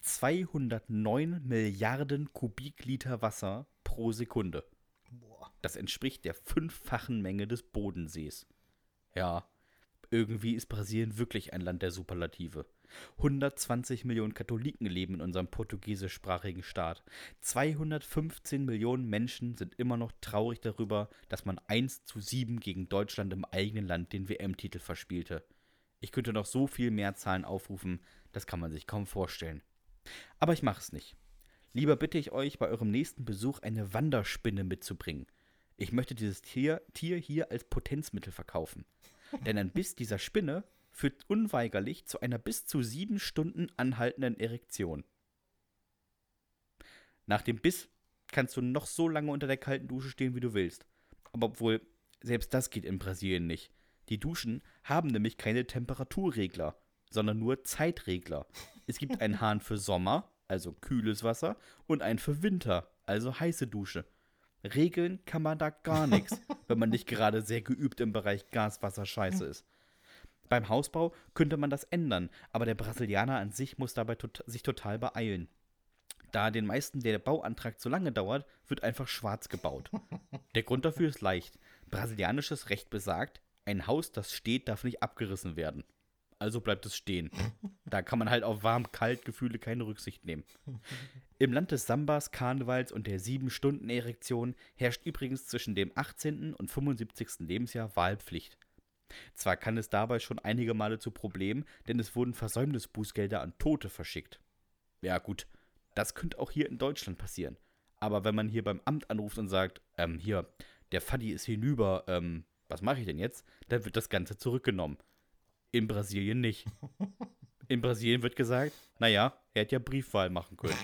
zweihundertneun Milliarden Kubikliter Wasser pro Sekunde. Das entspricht der fünffachen Menge des Bodensees. Ja, irgendwie ist Brasilien wirklich ein Land der Superlative. hundertzwanzig Millionen Katholiken leben in unserem portugiesischsprachigen Staat. zweihundertfünfzehn Millionen Menschen sind immer noch traurig darüber, dass man eins zu sieben gegen Deutschland im eigenen Land den W M-Titel verspielte. Ich könnte noch so viel mehr Zahlen aufrufen, das kann man sich kaum vorstellen. Aber ich mache es nicht. Lieber bitte ich euch, bei eurem nächsten Besuch eine Wanderspinne mitzubringen. Ich möchte dieses Tier, Tier hier als Potenzmittel verkaufen. Denn ein Biss dieser Spinne führt unweigerlich zu einer bis zu sieben Stunden anhaltenden Erektion. Nach dem Biss kannst du noch so lange unter der kalten Dusche stehen, wie du willst. Aber obwohl, selbst das geht in Brasilien nicht. Die Duschen haben nämlich keine Temperaturregler, sondern nur Zeitregler. Es gibt einen Hahn für Sommer, also kühles Wasser, und einen für Winter, also heiße Dusche. Regeln kann man da gar nichts, wenn man nicht gerade sehr geübt im Bereich Gaswasser-Scheiße ist. Beim Hausbau könnte man das ändern, aber der Brasilianer an sich muss dabei tot- sich total beeilen. Da den meisten der Bauantrag zu lange dauert, wird einfach schwarz gebaut. Der Grund dafür ist leicht. Brasilianisches Recht besagt, ein Haus, das steht, darf nicht abgerissen werden. Also bleibt es stehen. Da kann man halt auf Warm-Kalt-Gefühle keine Rücksicht nehmen. Im Land des Sambas, Karnevals und der sieben-Stunden-Erektion herrscht übrigens zwischen dem achtzehnten und fünfundsiebzigsten Lebensjahr Wahlpflicht. Zwar kann es dabei schon einige Male zu Problemen, denn es wurden Versäumnisbußgelder an Tote verschickt. Ja gut, das könnte auch hier in Deutschland passieren. Aber wenn man hier beim Amt anruft und sagt, ähm, hier, der Faddy ist hinüber, ähm, was mache ich denn jetzt? Dann wird das Ganze zurückgenommen. In Brasilien nicht. In Brasilien wird gesagt, naja, er hätte ja Briefwahl machen können.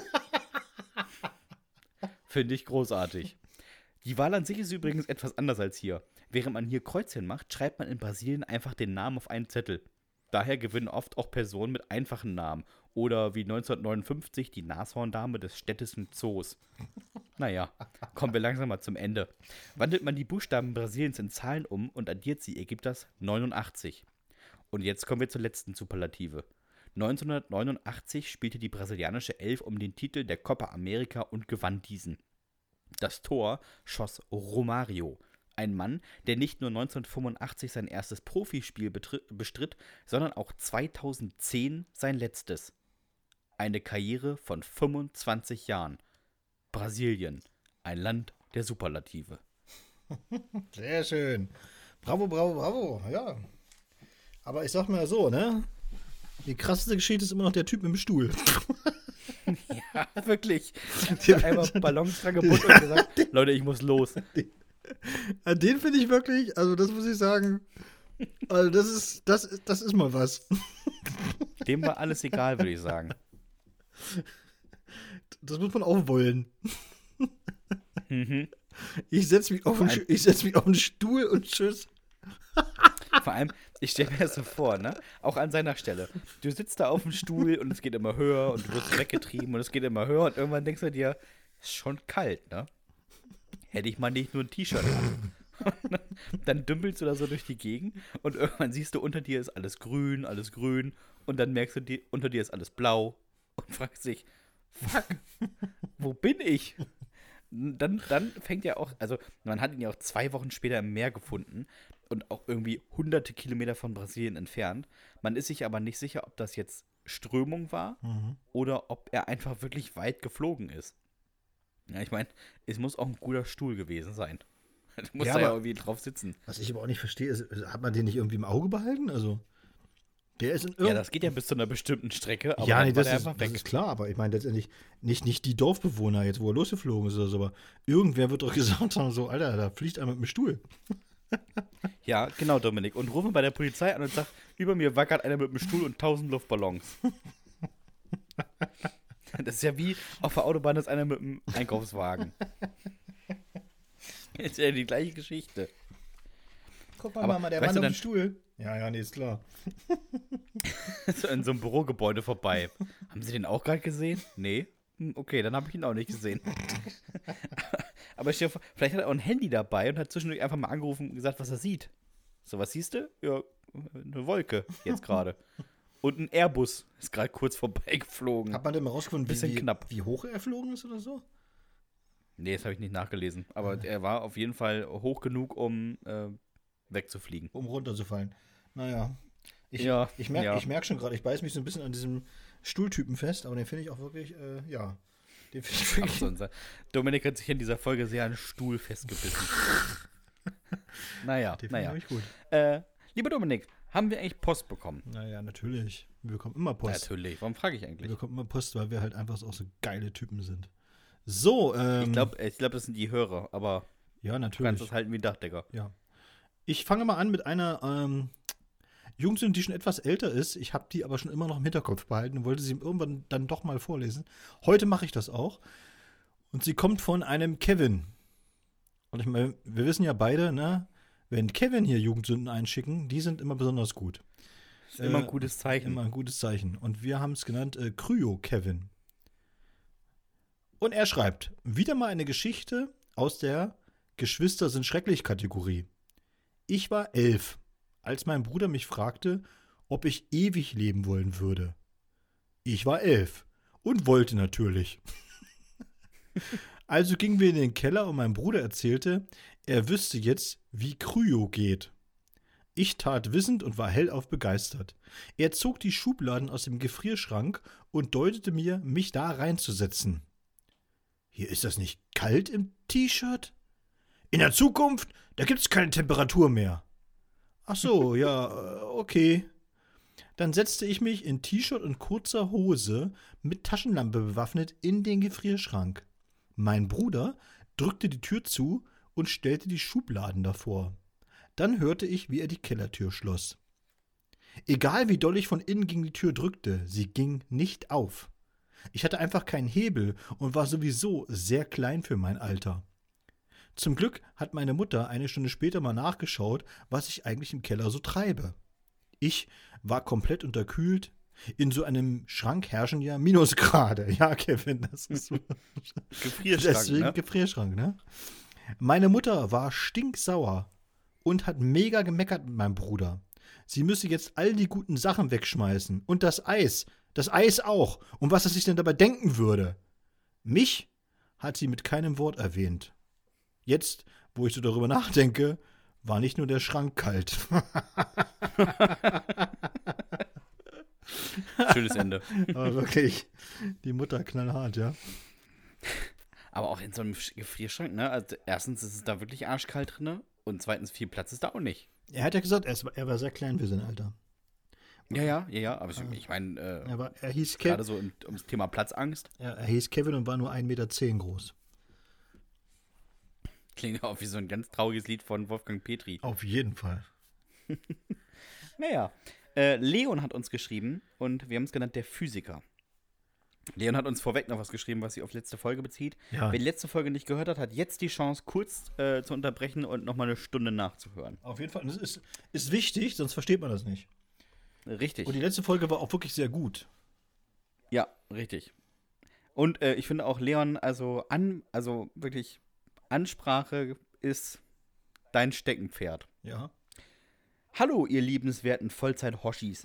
Finde ich großartig. Die Wahl an sich ist übrigens etwas anders als hier. Während man hier Kreuzchen macht, schreibt man in Brasilien einfach den Namen auf einen Zettel. Daher gewinnen oft auch Personen mit einfachen Namen. Oder wie neunzehnhundertneunundfünfzig die Nashorndame des städtischen Zoos. Naja, kommen wir langsam mal zum Ende. Wandelt man die Buchstaben Brasiliens in Zahlen um und addiert sie, ergibt das neunundachtzig. Und jetzt kommen wir zur letzten Superlative. neunzehnhundertneunundachtzig spielte die brasilianische Elf um den Titel der Copa America und gewann diesen. Das Tor schoss Romário, ein Mann, der nicht nur neunzehnhundertfünfundachtzig sein erstes Profispiel betri- bestritt, sondern auch zweitausendzehn sein letztes. Eine Karriere von fünfundzwanzig Jahren. Brasilien, ein Land der Superlative. Sehr schön. Bravo, bravo, bravo. Ja. Aber ich sag mal so, ne? Die krasseste Geschichte ist immer noch der Typ mit dem Stuhl. Ja, wirklich. Ich hab einmal Ballons dran gebunden und gesagt, Leute, ich muss los. Den, den finde ich wirklich, also das muss ich sagen, also das ist, das, ist- das ist mal was. Dem war alles egal, würde ich sagen. Das muss man auch wollen. Mhm. Ich setze mich, auf den Vor Sch- ich setz mich auf den Stuhl und tschüss. Vor allem, ich stelle mir das so vor, ne? Auch an seiner Stelle. Du sitzt da auf dem Stuhl und es geht immer höher und du wirst weggetrieben und es geht immer höher und irgendwann denkst du dir, ist schon kalt, ne? Hätte ich mal nicht nur ein T-Shirt an. Dann dümpelst du da so durch die Gegend und irgendwann siehst du, unter dir ist alles grün, alles grün und dann merkst du, die, unter dir ist alles blau und fragst dich, fuck, wo bin ich? Dann, dann fängt ja auch, also man hat ihn ja auch zwei Wochen später im Meer gefunden und auch irgendwie hunderte Kilometer von Brasilien entfernt. Man ist sich aber nicht sicher, ob das jetzt Strömung war oder ob er einfach wirklich weit geflogen ist. Ja, ich meine, es muss auch ein guter Stuhl gewesen sein. Du musst Ja, da ja aber- irgendwie drauf sitzen. Was ich aber auch nicht verstehe, ist, hat man den nicht irgendwie im Auge behalten? Also, der ist in Ja, irgendeinem. das geht ja bis zu einer bestimmten Strecke, aber Ja, dann nee, war das der ist, einfach das weg. ist klar, aber ich meine letztendlich nicht, nicht die Dorfbewohner jetzt, wo er losgeflogen ist oder so, aber irgendwer wird doch gesagt haben, so, Alter, da fliegt einer mit dem Stuhl. Ja, genau, Dominik. Und rufen bei der Polizei an und sagt, über mir wackert einer mit dem Stuhl und tausend Luftballons. Das ist ja wie auf der Autobahn ist einer mit dem Einkaufswagen. Ist ja die gleiche Geschichte. Guck Aber mal, der weißt Mann du auf dem dann- Stuhl. Ja, ja, nee, ist klar. So in so einem Bürogebäude vorbei. Haben Sie den auch gerade gesehen? Nee? Hm, okay, dann habe ich ihn auch nicht gesehen. Aber stell dir vor, vielleicht hat er auch ein Handy dabei und hat zwischendurch einfach mal angerufen und gesagt, was er sieht. So, was siehst du? Ja, eine Wolke jetzt gerade. Und ein Airbus ist gerade kurz vorbeigeflogen. Hat man denn mal rausgefunden, wie, Bisschen wie, knapp. wie hoch er geflogen ist oder so? Nee, das habe ich nicht nachgelesen. Aber er war auf jeden Fall hoch genug, um äh, wegzufliegen. Um runterzufallen. Naja. Ich, Ja, ich merke ja. ich merk schon gerade, ich beiß mich so ein bisschen an diesem Stuhltypen fest, aber den finde ich auch wirklich, äh, ja. Den finde ich wirklich. Absolut. Dominik hat sich in dieser Folge sehr an den Stuhl festgebissen. naja, Den finde naja. ich gut. Äh, lieber Dominik, haben wir eigentlich Post bekommen? Naja, natürlich. Wir bekommen immer Post. Natürlich. Warum frage ich Wir eigentlich? bekommen immer Post, weil wir halt einfach auch so geile Typen sind. So, ähm. Ich glaube, ich glaub, das sind die Hörer, aber ja, du natürlich. kannst das halten wie ein Dachdecker. Ja. Ich fange mal an mit einer ähm, Jungsünde, die schon etwas älter ist. Ich habe die aber schon immer noch im Hinterkopf behalten und wollte sie irgendwann dann doch mal vorlesen. Heute mache ich das auch. Und sie kommt von einem Kevin. Und ich meine, wir wissen ja beide, ne, wenn Kevin hier Jugendsünden einschicken, die sind immer besonders gut. Das ist immer Äh, ein gutes Zeichen. Immer ein gutes Zeichen. Und wir haben es genannt äh, Kryo-Kevin. Und er schreibt, wieder mal eine Geschichte aus der Geschwister sind schrecklich Kategorie. Ich war elf, als mein Bruder mich fragte, ob ich ewig leben wollen würde. Ich war elf und wollte natürlich. Also gingen wir in den Keller und mein Bruder erzählte, er wüsste jetzt, wie Kryo geht. Ich tat wissend und war hellauf begeistert. Er zog die Schubladen aus dem Gefrierschrank und deutete mir, mich da reinzusetzen. Hier ist das nicht kalt im T-Shirt? In der Zukunft, da gibt's keine Temperatur mehr. Ach so, ja, okay. Dann setzte ich mich in T-Shirt und kurzer Hose mit Taschenlampe bewaffnet in den Gefrierschrank. Mein Bruder drückte die Tür zu und stellte die Schubladen davor. Dann hörte ich, wie er die Kellertür schloss. Egal wie doll ich von innen gegen die Tür drückte, sie ging nicht auf. Ich hatte einfach keinen Hebel und war sowieso sehr klein für mein Alter. Zum Glück hat meine Mutter eine Stunde später mal nachgeschaut, was ich eigentlich im Keller so treibe. Ich war komplett unterkühlt. In so einem Schrank herrschen ja Minusgrade. Ja, Kevin, das ist so. Gefrierschrank, Deswegen ne? Gefrierschrank, ne? Meine Mutter war stinksauer und hat mega gemeckert mit meinem Bruder. Sie müsse jetzt all die guten Sachen wegschmeißen. Und das Eis. Das Eis auch. Und was er sich denn dabei denken würde. Mich hat sie mit keinem Wort erwähnt. Jetzt, wo ich so darüber nachdenke, war nicht nur der Schrank kalt. Schönes Ende. Aber wirklich, die Mutter knallhart, ja. Aber auch in so einem Gefrierschrank, ne? Also erstens ist es da wirklich arschkalt drin und zweitens viel Platz ist da auch nicht. Er hat ja gesagt, er, ist, er war sehr klein für sein Alter. Ja, ja, ja, ja. Aber ich, ich meine, äh, Er, war, er, hieß gerade Kev, so um, ums Thema Platzangst. er, er hieß Kevin und war nur ein Meter zehn groß. Klingt auch wie so ein ganz trauriges Lied von Wolfgang Petri. Auf jeden Fall. Naja, äh, Leon hat uns geschrieben und wir haben es genannt der Physiker. Leon hat uns vorweg noch was geschrieben, was sich auf letzte Folge bezieht. Ja. Wer die letzte Folge nicht gehört hat, hat jetzt die Chance, kurz äh, zu unterbrechen und nochmal eine Stunde nachzuhören. Auf jeden Fall. Das ist, ist wichtig, sonst versteht man das nicht. Richtig. Und die letzte Folge war auch wirklich sehr gut. Ja, richtig. Und äh, ich finde auch Leon, also an, also wirklich Ansprache ist dein Steckenpferd. Ja. Hallo, ihr liebenswerten Vollzeit-Hoshis.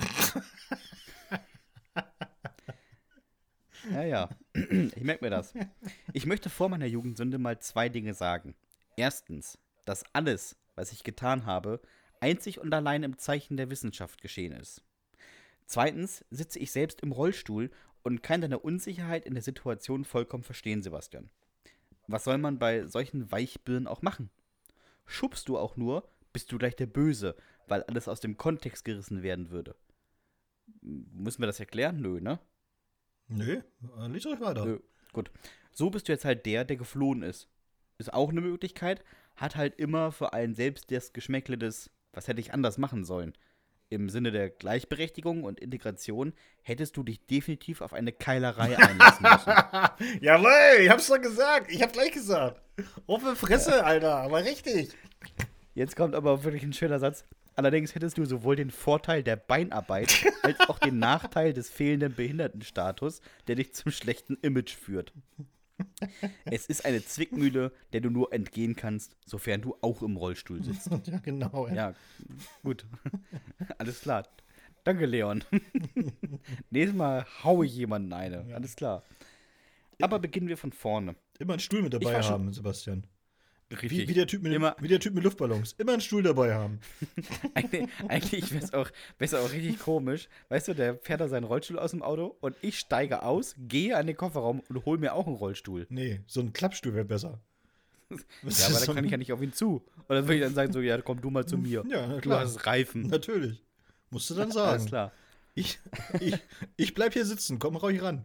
Ja, ja. Ich merke mir das. Ich möchte vor meiner Jugendsünde mal zwei Dinge sagen. Erstens, dass alles, was ich getan habe, einzig und allein im Zeichen der Wissenschaft geschehen ist. Zweitens sitze ich selbst im Rollstuhl und kann deine Unsicherheit in der Situation vollkommen verstehen, Sebastian. Was soll man bei solchen Weichbirnen auch machen? Schubst du auch nur, bist du gleich der Böse, weil alles aus dem Kontext gerissen werden würde. Müssen wir das erklären? Nö, ne? Nö, liest euch weiter. Nö. Gut. So bist du jetzt halt der, der geflohen ist. Ist auch eine Möglichkeit, hat halt immer für einen selbst das Geschmäckle des, was hätte ich anders machen sollen. Im Sinne der Gleichberechtigung und Integration hättest du dich definitiv auf eine Keilerei einlassen müssen. Jawohl, ich hab's doch gesagt. Ich hab's gleich gesagt. Offene Fresse, Alter, aber richtig. Jetzt kommt aber wirklich ein schöner Satz. Allerdings hättest du sowohl den Vorteil der Beinarbeit als auch den Nachteil des fehlenden Behindertenstatus, der dich zum schlechten Image führt. Es ist eine Zwickmühle, der du nur entgehen kannst, sofern du auch im Rollstuhl sitzt. Ja, genau. Ja. Ja, gut. Alles klar. Danke, Leon. Nächstes Mal haue ich jemanden eine. Ja. Alles klar. Aber beginnen wir von vorne. Immer einen Stuhl mit Ich dabei war schon- haben, Sebastian. Richtig. Wie, wie, der typ mit, Immer- wie der Typ mit Luftballons. Immer einen Stuhl dabei haben. Eigentlich, eigentlich wäre es auch, wär's auch richtig komisch. Weißt du, der fährt da seinen Rollstuhl aus dem Auto und ich steige aus, gehe an den Kofferraum und hole mir auch einen Rollstuhl. Nee, so ein Klappstuhl wäre besser. Ja, aber dann kann ich ja nicht auf ihn zu. Und dann würde ich dann sagen, so, ja, komm du mal zu mir. Ja, na Du klar. hast Reifen. Natürlich. Musst du dann Alles sagen. klar. Ich, ich, ich bleib hier sitzen, komm ruhig ran.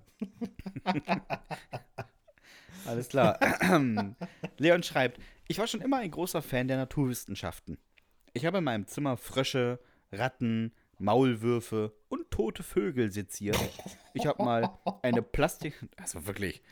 Alles klar. Leon schreibt, ich war schon immer ein großer Fan der Naturwissenschaften. Ich habe in meinem Zimmer Frösche, Ratten, Maulwürfe und tote Vögel seziert. Ich habe mal eine Plastik... Also wirklich.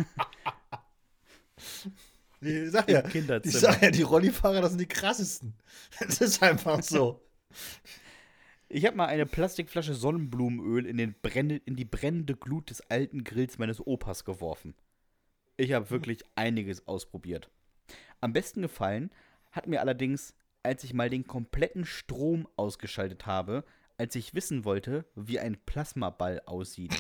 Ich sag ja, Im Kinderzimmer. ich sag ja, die Rollifahrer, das sind die krassesten. Das ist einfach so. Ich habe mal eine Plastikflasche Sonnenblumenöl in, den brenne, in die brennende Glut des alten Grills meines Opas geworfen. Ich habe wirklich einiges ausprobiert. Am besten gefallen hat mir allerdings, als ich mal den kompletten Strom ausgeschaltet habe, als ich wissen wollte, wie ein Plasmaball aussieht.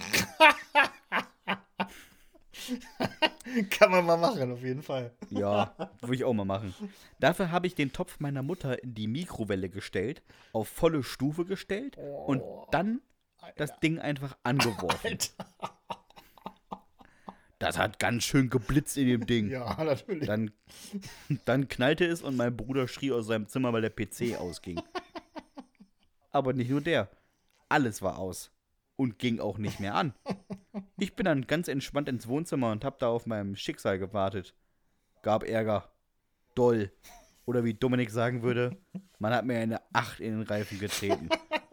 Kann man mal machen, auf jeden Fall. Ja, würde ich auch mal machen. Dafür habe ich den Topf meiner Mutter in die Mikrowelle gestellt, auf volle Stufe gestellt und dann das Ding einfach angeworfen. Alter. Das hat ganz schön geblitzt in dem Ding. Ja, natürlich. Dann, dann knallte es und mein Bruder schrie aus seinem Zimmer, weil der P C ausging. Aber nicht nur der. Alles war aus. Und ging auch nicht mehr an. Ich bin dann ganz entspannt ins Wohnzimmer und hab da auf meinem Schicksal gewartet. Gab Ärger. Doll. Oder wie Dominik sagen würde, man hat mir eine Acht in den Reifen getreten.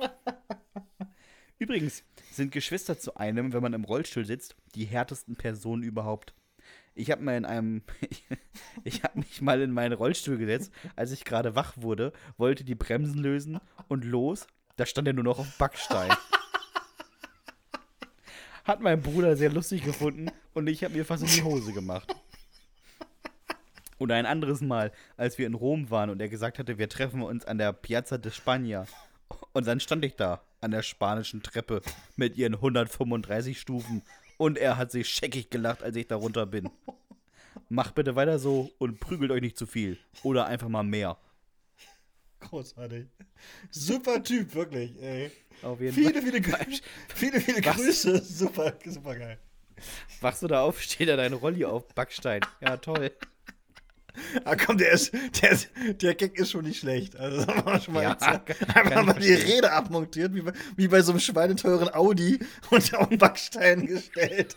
Übrigens sind Geschwister zu einem, wenn man im Rollstuhl sitzt, die härtesten Personen überhaupt. Ich habe mal in einem, ich habe mich mal in meinen Rollstuhl gesetzt, als ich gerade wach wurde, wollte die Bremsen lösen und los, da stand er nur noch auf Backstein. Hat mein Bruder sehr lustig gefunden und ich habe mir fast in die Hose gemacht. Oder ein anderes Mal, als wir in Rom waren und er gesagt hatte, wir treffen uns an der Piazza de Spagna. Und dann stand ich da an der spanischen Treppe mit ihren hundertfünfunddreißig Stufen und er hat sich scheckig gelacht, als ich da runter bin. Macht bitte weiter so und prügelt euch nicht zu viel. Oder einfach mal mehr. Großartig. Super Typ, wirklich, ey. Auf jeden Viele, Fall. viele, Grü viele, viele Was? Grüße. Super, super geil. Wachst du da auf, steht da dein Rolli auf Backstein. Ja, toll. Ah, komm, der ist, der, ist, der Gag ist schon nicht schlecht. Also, haben wir schon mal Ja, jetzt, kann- einfach kann mal ich die verstehen. Räder abmontiert, wie bei, wie bei so einem schweineteuren Audi und auf den Backstein gestellt.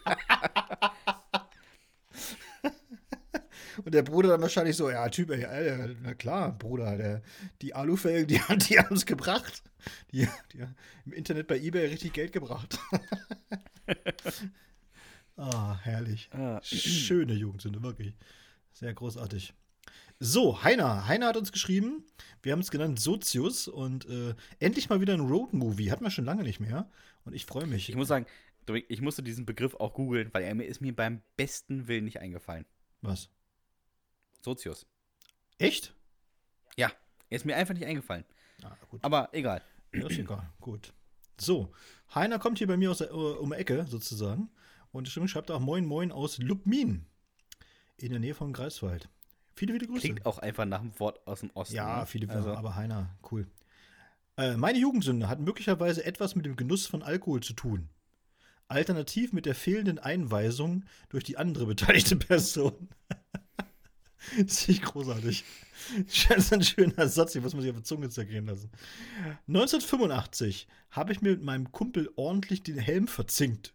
Und der Bruder dann wahrscheinlich so, ja, Typ, ey, Alter, na klar, Bruder, der, die Alufelgen, die, die haben es gebracht. Die, die haben im Internet bei eBay richtig Geld gebracht. Ah, herrlich. Ah. Schöne Jugendsünde, wirklich. Sehr großartig. So, Heiner. Heiner hat uns geschrieben, wir haben es genannt Sozius und äh, endlich mal wieder ein Roadmovie. Hatten wir schon lange nicht mehr. Und ich freue mich. Ich muss sagen, Dominik, ich musste diesen Begriff auch googeln, weil er mir ist mir beim besten Willen nicht eingefallen. Was? Sozius. Echt? Ja, er ist mir einfach nicht eingefallen. Ah, gut. Aber egal. Ja, ist egal. Gut. So, Heiner kommt hier bei mir aus der, um die Ecke sozusagen. Und schreibt auch Moin Moin aus Lubmin. In der Nähe von Greifswald. Viele, viele Grüße. Klingt auch einfach nach einem Wort aus dem Osten. Ja, ne? viele, also, aber Heiner, cool. Äh, meine Jugendsünde hat möglicherweise etwas mit dem Genuss von Alkohol zu tun. Alternativ mit der fehlenden Einweisung durch die andere beteiligte Person. Das finde ich großartig. Das ist ein schöner Satz, hier muss man sich auf die Zunge zergehen lassen. neunzehnhundertfünfundachtzig habe ich mir mit meinem Kumpel ordentlich den Helm verzinkt.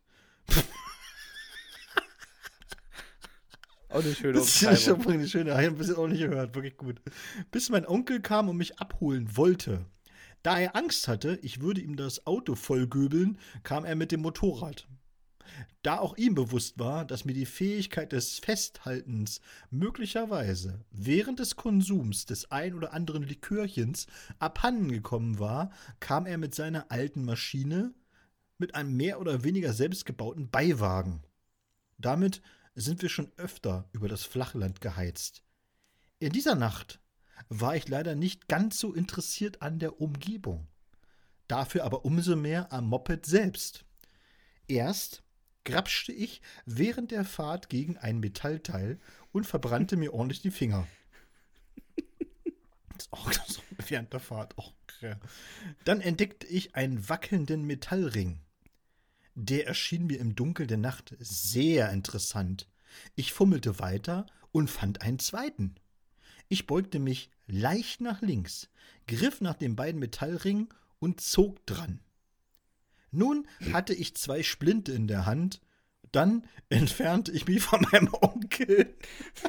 Auch eine schöne Das ist schon Umschreibung. eine schöne, ich habe bis jetzt auch nicht gehört, wirklich gut. Bis mein Onkel kam und mich abholen wollte. Da er Angst hatte, ich würde ihm das Auto vollgöbeln, kam er mit dem Motorrad. Da auch ihm bewusst war, dass mir die Fähigkeit des Festhaltens möglicherweise während des Konsums des ein oder anderen Likörchens abhanden gekommen war, kam er mit seiner alten Maschine mit einem mehr oder weniger selbstgebauten Beiwagen. Damit sind wir schon öfter über das Flachland geheizt. In dieser Nacht war ich leider nicht ganz so interessiert an der Umgebung. Dafür aber umso mehr am Moped selbst. Erst grapschte ich während der Fahrt gegen ein Metallteil und verbrannte mir ordentlich die Finger. Das ist auch so während der Fahrt. Oh, okay. Dann entdeckte ich einen wackelnden Metallring. Der erschien mir im Dunkel der Nacht sehr interessant. Ich fummelte weiter und fand einen zweiten. Ich beugte mich leicht nach links, griff nach den beiden Metallringen und zog dran. Nun hatte ich zwei Splinte in der Hand. Dann entfernte ich mich von meinem Onkel.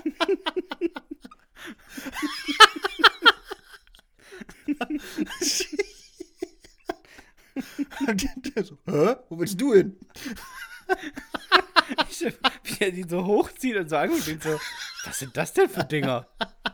Der so, hä? Wo willst du hin? Wie er die so hochzieht und so anguckt und so, was sind das denn für Dinger?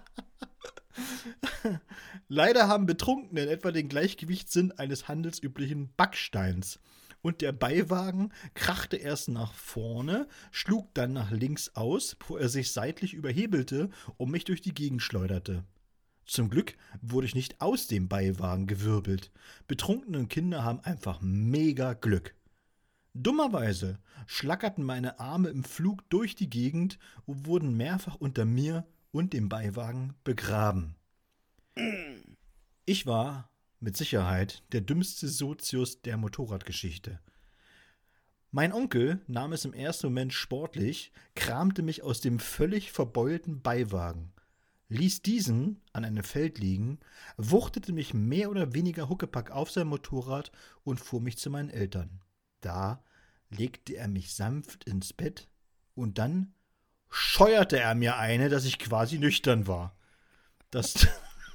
Leider haben Betrunkene in etwa den Gleichgewichtssinn eines handelsüblichen Backsteins. Und der Beiwagen krachte erst nach vorne, schlug dann nach links aus, bevor er sich seitlich überhebelte und mich durch die Gegend schleuderte. Zum Glück wurde ich nicht aus dem Beiwagen gewirbelt. Betrunkene Kinder haben einfach mega Glück. Dummerweise schlackerten meine Arme im Flug durch die Gegend und wurden mehrfach unter mir und dem Beiwagen begraben. Ich war mit Sicherheit der dümmste Sozius der Motorradgeschichte. Mein Onkel nahm es im ersten Moment sportlich, kramte mich aus dem völlig verbeulten Beiwagen, ließ diesen an einem Feld liegen, wuchtete mich mehr oder weniger Huckepack auf sein Motorrad und fuhr mich zu meinen Eltern. Da legte er mich sanft ins Bett und dann scheuerte er mir eine, dass ich quasi nüchtern war. Das,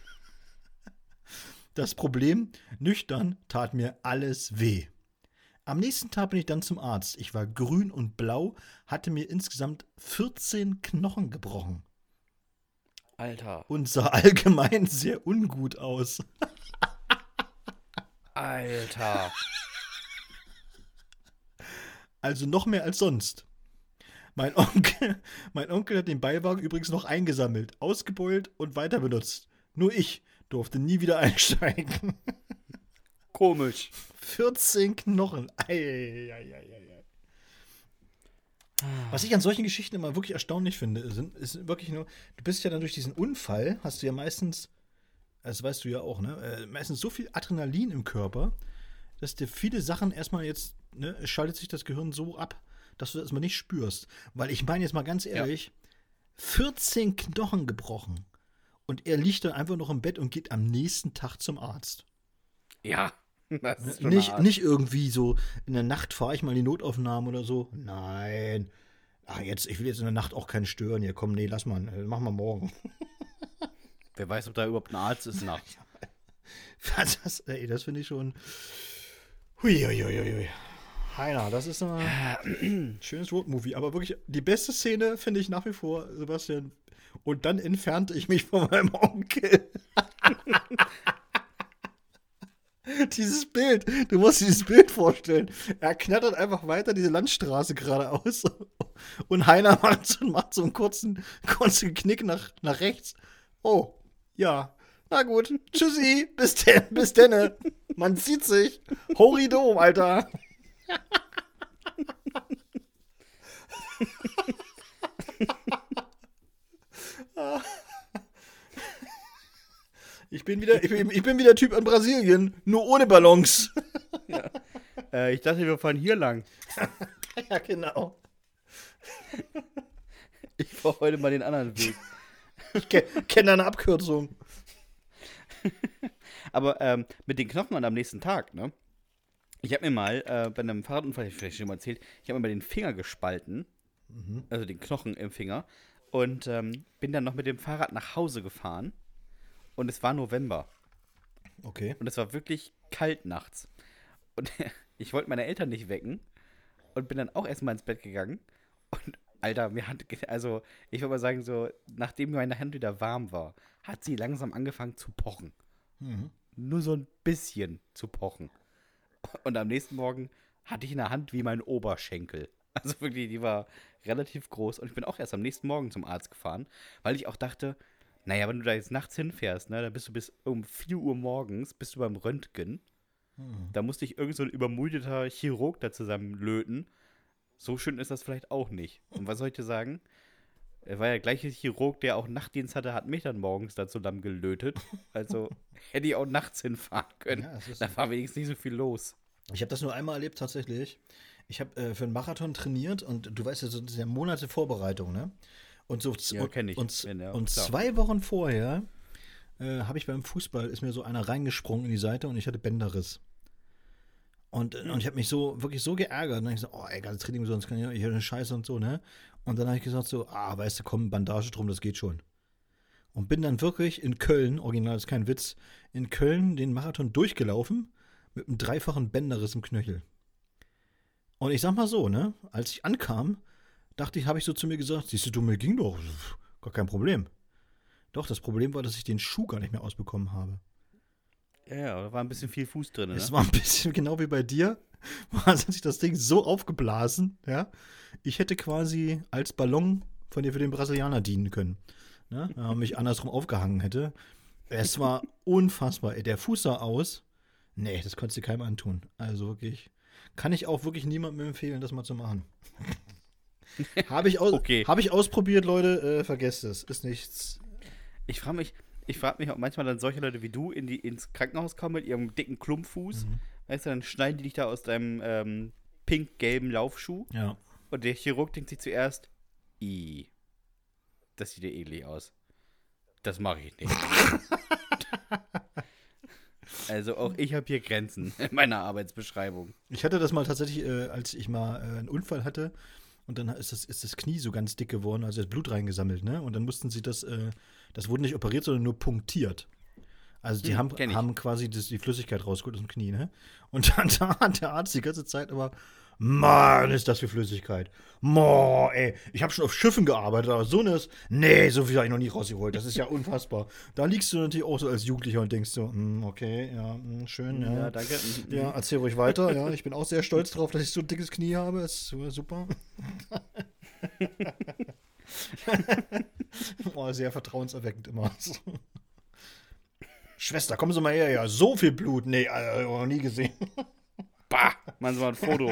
das Problem, nüchtern tat mir alles weh. Am nächsten Tag bin ich dann zum Arzt. Ich war grün und blau, hatte mir insgesamt vierzehn Knochen gebrochen. Alter. Und sah allgemein sehr ungut aus. Alter. Also noch mehr als sonst. Mein Onkel, mein Onkel hat den Beiwagen übrigens noch eingesammelt, ausgebeult und weiter benutzt. Nur ich durfte nie wieder einsteigen. Komisch. vierzehn Knochen. Ei, ei, ei, ei. Was ich an solchen Geschichten immer wirklich erstaunlich finde, sind, ist wirklich nur, du bist ja dann durch diesen Unfall, hast du ja meistens, das weißt du ja auch, ne, äh, meistens so viel Adrenalin im Körper, dass dir viele Sachen erstmal jetzt, ne, es schaltet sich das Gehirn so ab, dass du das erstmal nicht spürst. Weil ich meine jetzt mal ganz ehrlich, ja. vierzehn Knochen gebrochen und er liegt dann einfach noch im Bett und geht am nächsten Tag zum Arzt. Ja. Das ist schon Nicht, nicht irgendwie so, in der Nacht fahre ich mal in die Notaufnahme oder so. Nein. Ach, jetzt, ich will jetzt in der Nacht auch keinen stören. Hier, komm, nee, lass mal. Mach mal morgen. Wer weiß, ob da überhaupt ein Arzt ist nachts. Was das, ey, das finde ich schon. Huiuiuiui. Heiner, das ist ein schönes Roadmovie. Aber wirklich, die beste Szene finde ich nach wie vor, Sebastian. Und dann entfernte ich mich von meinem Onkel. Dieses Bild, du musst dir dieses Bild vorstellen. Er knattert einfach weiter diese Landstraße geradeaus und Heiner macht so, macht so einen kurzen, kurzen Knick nach, nach rechts. Oh, ja, na gut, tschüssi, bis denn, bis denne. Man sieht sich. Horidom, Alter. Ich bin wieder, ich bin, ich bin wieder Typ in Brasilien, nur ohne Ballons. Ja. Äh, ich dachte, wir fahren hier lang. Ja, genau. Ich fahre heute mal den anderen Weg. Ich ke- kenne eine Abkürzung. Aber ähm, mit den Knochen am nächsten Tag, ne? Ich habe mir mal äh, bei einem Fahrradunfall, hab ich vielleicht schon mal erzählt, ich habe mir mal den Finger gespalten. Mhm. Also den Knochen im Finger. Und ähm, bin dann noch mit dem Fahrrad nach Hause gefahren. Und es war November. Okay. Und es war wirklich kalt nachts. Und ich wollte meine Eltern nicht wecken. Und bin dann auch erstmal ins Bett gegangen. Und Alter, mir hat, also ich würde mal sagen, so, nachdem meine Hand wieder warm war, hat sie langsam angefangen zu pochen. Mhm. Nur so ein bisschen zu pochen. Und am nächsten Morgen hatte ich in der Hand wie mein Oberschenkel. Also wirklich, die war relativ groß. Und ich bin auch erst am nächsten Morgen zum Arzt gefahren, weil ich auch dachte, naja, wenn du da jetzt nachts hinfährst, ne, dann bist du bis um vier Uhr morgens, bist du beim Röntgen. Hm. Da musste ich irgend so ein übermüdeter Chirurg da zusammenlöten. So schön ist das vielleicht auch nicht. Und was soll ich dir sagen? Er war ja der gleiche Chirurg, der auch Nachtdienst hatte, hat mich dann morgens da zusammengelötet. Also hätte ich auch nachts hinfahren können. Ja, es ist Da war wenigstens nicht so viel los. Ich habe das nur einmal erlebt, tatsächlich. Ich habe äh, für einen Marathon trainiert und du weißt ja, so, das sind ja Monate Vorbereitung, ne? Und so Ja, und, kenn ich. und, Ja, ja, und klar. zwei Wochen vorher äh, habe ich beim Fußball, ist mir so einer reingesprungen in die Seite und ich hatte Bänderriss. Und, äh, und ich habe mich so, wirklich so geärgert. Und dann hab ich gesagt, oh, ey, ganze Training, sonst kann ich, ich höre eine Scheiße und so, ne? Und dann habe ich gesagt so, ah, weißt du, komm, Bandage drum, das geht schon. Und bin dann wirklich in Köln, original ist kein Witz, in Köln den Marathon durchgelaufen mit einem dreifachen Bänderriss im Knöchel. Und ich sag mal so, ne, als ich ankam, dachte ich, habe ich so zu mir gesagt, siehst du, mir ging doch, gar kein Problem. Doch, das Problem war, dass ich den Schuh gar nicht mehr ausbekommen habe. Ja, ja, da war ein bisschen viel Fuß drin, ne? Es war ein bisschen genau wie bei dir, hat sich das Ding so aufgeblasen, ja. Ich hätte quasi als Ballon von dir für den Brasilianer dienen können, ne, wenn man mich andersrum aufgehangen hätte. Es war unfassbar. Ey, der Fuß sah aus. Nee, das konntest du keinem antun. Also wirklich. Kann ich auch wirklich niemandem empfehlen, das mal zu machen. Habe ich, aus, Okay. hab ich ausprobiert, Leute. Äh, vergesst es. Ist nichts. Ich frage mich, ich frage mich, ob manchmal dann solche Leute wie du in die, ins Krankenhaus kommen mit ihrem dicken Klumpfuß. Mhm. Weißt du, dann schneiden die dich da aus deinem ähm, pink-gelben Laufschuh. Ja. Und der Chirurg denkt sich zuerst, i, das sieht ja eklig aus. Das mache ich nicht. Also auch ich habe hier Grenzen in meiner Arbeitsbeschreibung. Ich hatte das mal tatsächlich, äh, als ich mal äh, einen Unfall hatte. Und dann ist das, ist das Knie so ganz dick geworden, also das Blut reingesammelt, ne? Und dann mussten sie das, äh, das wurde nicht operiert, sondern nur punktiert. Also die Hm, haben, kenn ich. haben quasi das, die Flüssigkeit rausgeholt aus dem Knie, ne? Und dann da hat der Arzt die ganze Zeit immer, Mann, ist das für Flüssigkeit. Moah, ey, ich habe schon auf Schiffen gearbeitet, aber so eine, nee, so viel habe ich noch nie rausgeholt. Das ist ja unfassbar. Da liegst du natürlich auch so als Jugendlicher und denkst so, hm, okay, ja, hm, schön, ja. Ja, danke. Ja, erzähl ruhig weiter. Ja, ich bin auch sehr stolz drauf, dass ich so ein dickes Knie habe. Ist super. Boah, sehr vertrauenserweckend immer. Schwester, kommen Sie mal her. Ja, so viel Blut. Nee, äh, noch nie gesehen. Bah, machen Sie mal ein Foto.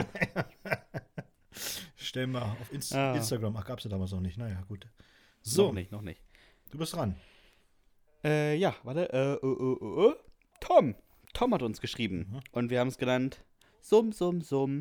Stell mal auf Inst Ah. Instagram. Ach, gab's ja damals noch nicht. Naja, gut. So, Noch nicht, noch nicht. du bist dran. Äh, ja, warte. Äh, äh, äh, äh. Tom. Tom hat uns geschrieben. Mhm. Und wir haben es genannt Summ, Summ, Summ.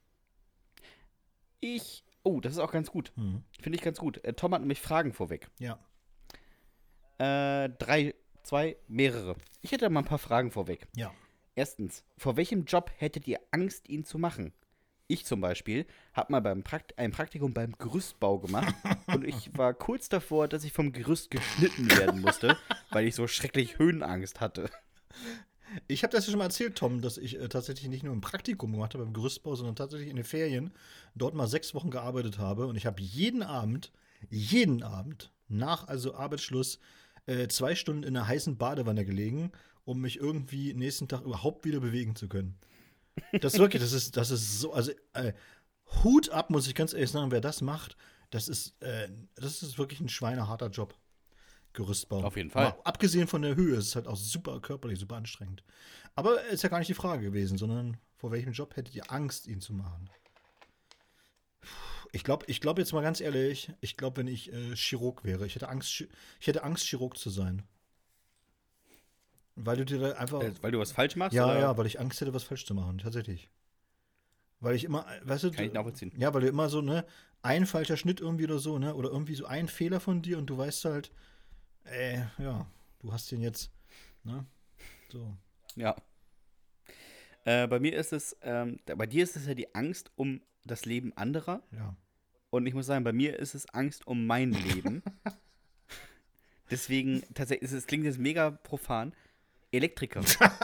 Ich. Oh, das ist auch ganz gut. Mhm. Finde ich ganz gut. Äh, Tom hat nämlich Fragen vorweg. Ja. Äh, drei, zwei, mehrere. Ich hätte mal ein paar Fragen vorweg. Ja. Erstens, vor welchem Job hättet ihr Angst, ihn zu machen? Ich zum Beispiel habe mal beim Prakt ein Praktikum beim Gerüstbau gemacht und ich war kurz davor, dass ich vom Gerüst geschnitten werden musste, weil ich so schrecklich Höhenangst hatte. Ich habe das ja schon mal erzählt, Tom, dass ich äh, tatsächlich nicht nur ein Praktikum gemacht habe beim Gerüstbau, sondern tatsächlich in den Ferien dort mal sechs Wochen gearbeitet habe. Und ich habe jeden Abend, jeden Abend, nach also Arbeitsschluss, äh, zwei Stunden in einer heißen Badewanne gelegen, um mich irgendwie nächsten Tag überhaupt wieder bewegen zu können. Das ist wirklich, das ist, das ist so, also äh, Hut ab, muss ich ganz ehrlich sagen, wer das macht, das ist, äh, das ist wirklich ein schweineharter Job. Gerüstbau. Auf jeden Fall. Mal abgesehen von der Höhe ist es halt auch super körperlich, super anstrengend. Aber ist ja gar nicht die Frage gewesen, sondern vor welchem Job hättet ihr Angst, ihn zu machen? Ich glaube, ich glaube jetzt mal ganz ehrlich, ich glaube, wenn ich äh, Chirurg wäre, ich hätte Angst, Chi- ich hätte Angst, Chirurg zu sein. Weil du dir da einfach. Äh, weil du was falsch machst? Ja, oder? ja, weil ich Angst hätte, was falsch zu machen, tatsächlich. Weil ich immer, weißt du, Kann ich nachvollziehen. ja, weil du immer so, ne, ein falscher Schnitt irgendwie oder so, ne, oder irgendwie so ein Fehler von dir und du weißt halt, äh, ja, du hast den jetzt, ne, so. Ja. Äh, bei mir ist es, ähm, da- bei dir ist es ja die Angst um das Leben anderer. Ja. Und ich muss sagen, bei mir ist es Angst um mein Leben. Deswegen, tatsächlich, es, es klingt jetzt mega profan. Elektriker.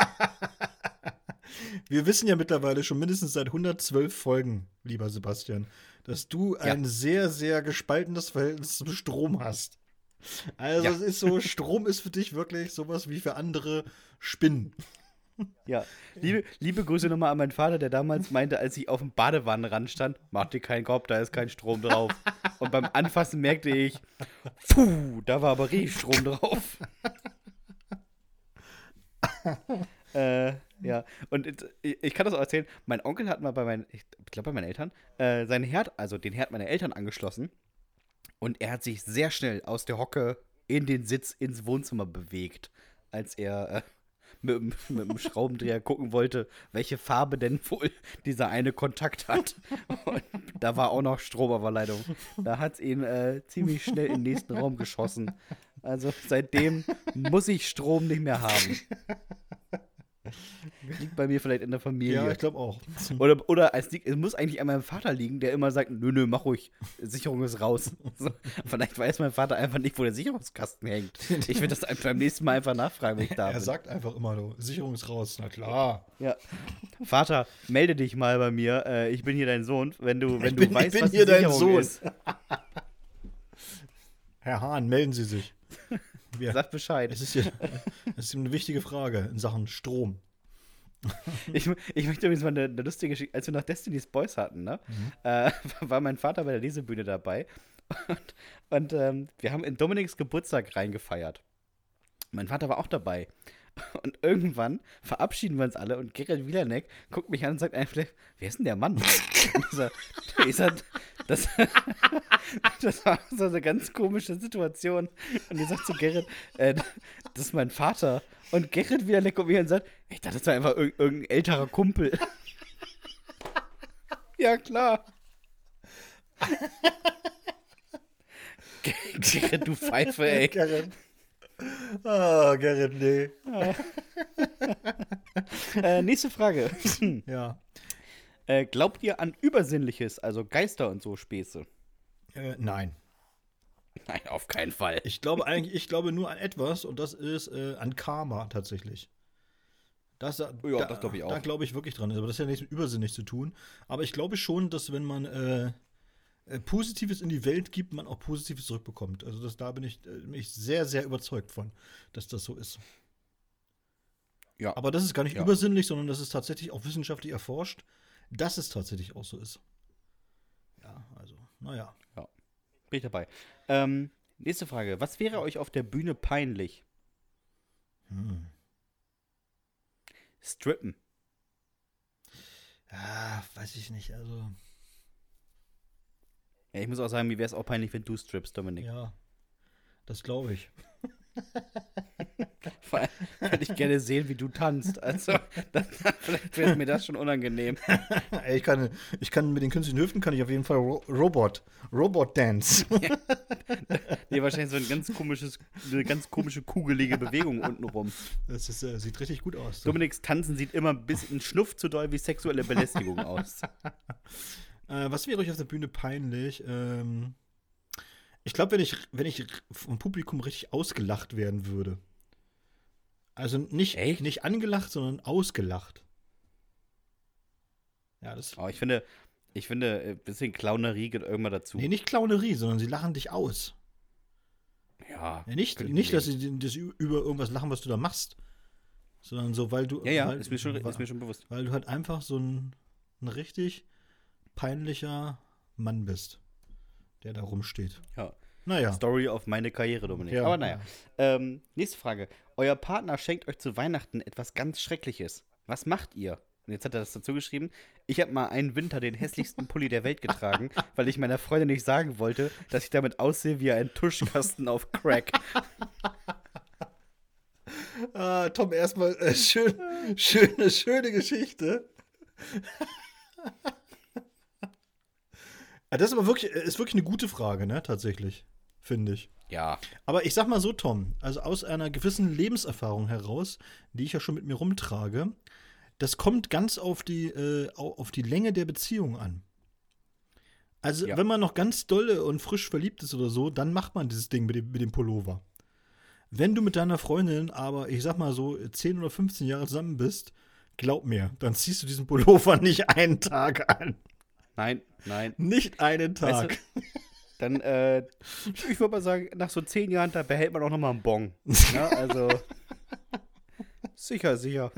Wir wissen ja mittlerweile schon mindestens seit hundertzwölf Folgen, lieber Sebastian, dass du ein sehr, sehr gespaltenes Verhältnis zum Strom hast. Also Ja. es ist so, Strom ist für dich wirklich sowas wie für andere Spinnen. Ja. Liebe, liebe Grüße nochmal an meinen Vater, der damals meinte, als ich auf dem Badewannenrand stand, mach dir keinen Kopf, da ist kein Strom drauf. Und beim Anfassen merkte ich, puh, da war aber richtig Strom drauf. äh, Ja, und it- ich ich kann das auch erzählen. Mein Onkel hat mal bei meinen, ich glaube bei meinen Eltern, äh, seinen Herd, also den Herd meiner Eltern angeschlossen. Und er hat sich sehr schnell aus der Hocke in den Sitz ins Wohnzimmer bewegt, als er äh, mit, dem- mit dem Schraubendreher gucken wollte, welche Farbe denn wohl dieser eine Kontakt hat. Und da war auch noch Stromaberleitung. Da hat es ihn äh, ziemlich schnell in den nächsten Raum geschossen. Also seitdem muss ich Strom nicht mehr haben. Liegt bei mir vielleicht in der Familie. Ja, ich glaube auch. Oder, oder es, liegt, es muss eigentlich an meinem Vater liegen, der immer sagt, nö, nö, mach ruhig, Sicherung ist raus. So, vielleicht weiß mein Vater einfach nicht, wo der Sicherungskasten hängt. Ich will das einfach beim nächsten Mal einfach nachfragen, wenn ich da Er bin. sagt einfach immer so, Sicherung ist raus. Na klar. Ja. Vater, melde dich mal bei mir, äh, ich bin hier dein Sohn, wenn du, wenn Ich du bin- ich weißt, bin was die hier dein Sicherung Sohn. ist. Herr Hahn, melden Sie sich. Wir, Sag Bescheid. es ist hier, das ist eine wichtige Frage in Sachen Strom. Ich, ich möchte übrigens mal eine, eine lustige Geschichte, als wir noch Destiny's Boys hatten, ne, Mhm. äh, war mein Vater bei der Lesebühne dabei und, und ähm, wir haben in Dominiks Geburtstag reingefeiert. Mein Vater war auch dabei. Und irgendwann verabschieden wir uns alle und Gerrit Wielanek guckt mich an und sagt einfach, wer ist denn der Mann? Und ich sag, ich sag, das, das war so eine ganz komische Situation. Und ich sag zu Gerrit, äh, das ist mein Vater. Und Gerrit Wielanek guckt mich an und sagt, ich dachte, das war einfach irg irgendein älterer Kumpel. Ja, klar. Gerrit, du Pfeife, ey. Gerrit. Ah, Gerrit, nee. Äh, nächste Frage. Ja. Äh, glaubt ihr an Übersinnliches, also Geister und so Späße? Äh, nein. Nein, auf keinen Fall. Ich glaube eigentlich, ich glaube nur an etwas und das ist äh, an Karma tatsächlich. Das, Ja, da, das glaube ich auch. Da glaube ich wirklich dran. Aber das hat ja nichts mit übersinnig zu tun. Aber ich glaube schon, dass wenn man äh, äh, Positives in die Welt gibt, man auch Positives zurückbekommt. Also das, da bin ich, äh, bin ich sehr, sehr überzeugt von, dass das so ist. Ja. Aber das ist gar nicht Ja. übersinnlich, sondern das ist tatsächlich auch wissenschaftlich erforscht, dass es tatsächlich auch so ist. Ja, also, naja. Bin ich dabei. Ähm, nächste Frage. Was wäre euch auf der Bühne peinlich? Hm. Strippen. Ja, weiß ich nicht. Also, Ja, ich muss auch sagen, mir wäre es auch peinlich, wenn du strippst, Dominik. ja, das glaube ich. Vor allem würde ich gerne sehen, wie du tanzt. Also, dann, vielleicht wäre mir das schon unangenehm. Ey, ich kann, ich kann mit den künstlichen Hüften kann ich auf jeden Fall Ro Robot, Robot Dance. Nee, wahrscheinlich so ein ganz komisches, eine ganz komische, kugelige Bewegung unten rum. Das ist, äh, sieht richtig gut aus. Dominiks Tanzen sieht immer ein bisschen Schnuff zu doll wie sexuelle Belästigung aus. Äh, was wäre euch auf der Bühne peinlich? Ähm, ich glaube, wenn ich, wenn ich vom Publikum richtig ausgelacht werden würde. Also nicht, Echt? nicht angelacht, sondern ausgelacht. Ja, das. Aber ich finde, ich finde, ein bisschen Clownerie geht irgendwann dazu. Nee, nicht Clownerie, sondern sie lachen dich aus. Ja. Ja, nicht, könnte ich nicht mir dass sie das ü- über irgendwas lachen, was du da machst. Sondern so, weil du. Ja, ja, weil, ist mir, schon, weil, ist mir schon bewusst. weil du halt einfach so ein, ein richtig peinlicher Mann bist, der da rumsteht. Ja. Naja. Story auf meine Karriere, Dominik. Ja, Aber naja. Ähm, nächste Frage. Euer Partner schenkt euch zu Weihnachten etwas ganz Schreckliches. Was macht ihr? Und jetzt hat er das dazu geschrieben. Ich habe mal einen Winter den hässlichsten Pulli der Welt getragen, weil ich meiner Freundin nicht sagen wollte, dass ich damit aussehe wie ein Tuschkasten auf Crack. Ah, Tom, erstmal äh, schön, schöne, schöne Geschichte. Ah, das ist aber wirklich, ist wirklich eine gute Frage, ne, tatsächlich, finde ich. Ja. Aber ich sag mal so, Tom, also aus einer gewissen Lebenserfahrung heraus, die ich ja schon mit mir rumtrage, das kommt ganz auf die, äh, au- auf die Länge der Beziehung an. Also, Ja. wenn man noch ganz dolle und frisch verliebt ist oder so, dann macht man dieses Ding mit dem, mit dem Pullover. Wenn du mit deiner Freundin aber, ich sag mal so, zehn oder fünfzehn Jahre zusammen bist, glaub mir, dann ziehst du diesen Pullover nicht einen Tag an. Nein, nein. Nicht einen Tag. Weißt du, dann, äh, ich würde mal sagen, nach so zehn Jahren, da behält man auch noch mal einen Bon. Ja, also, sicher, sicher.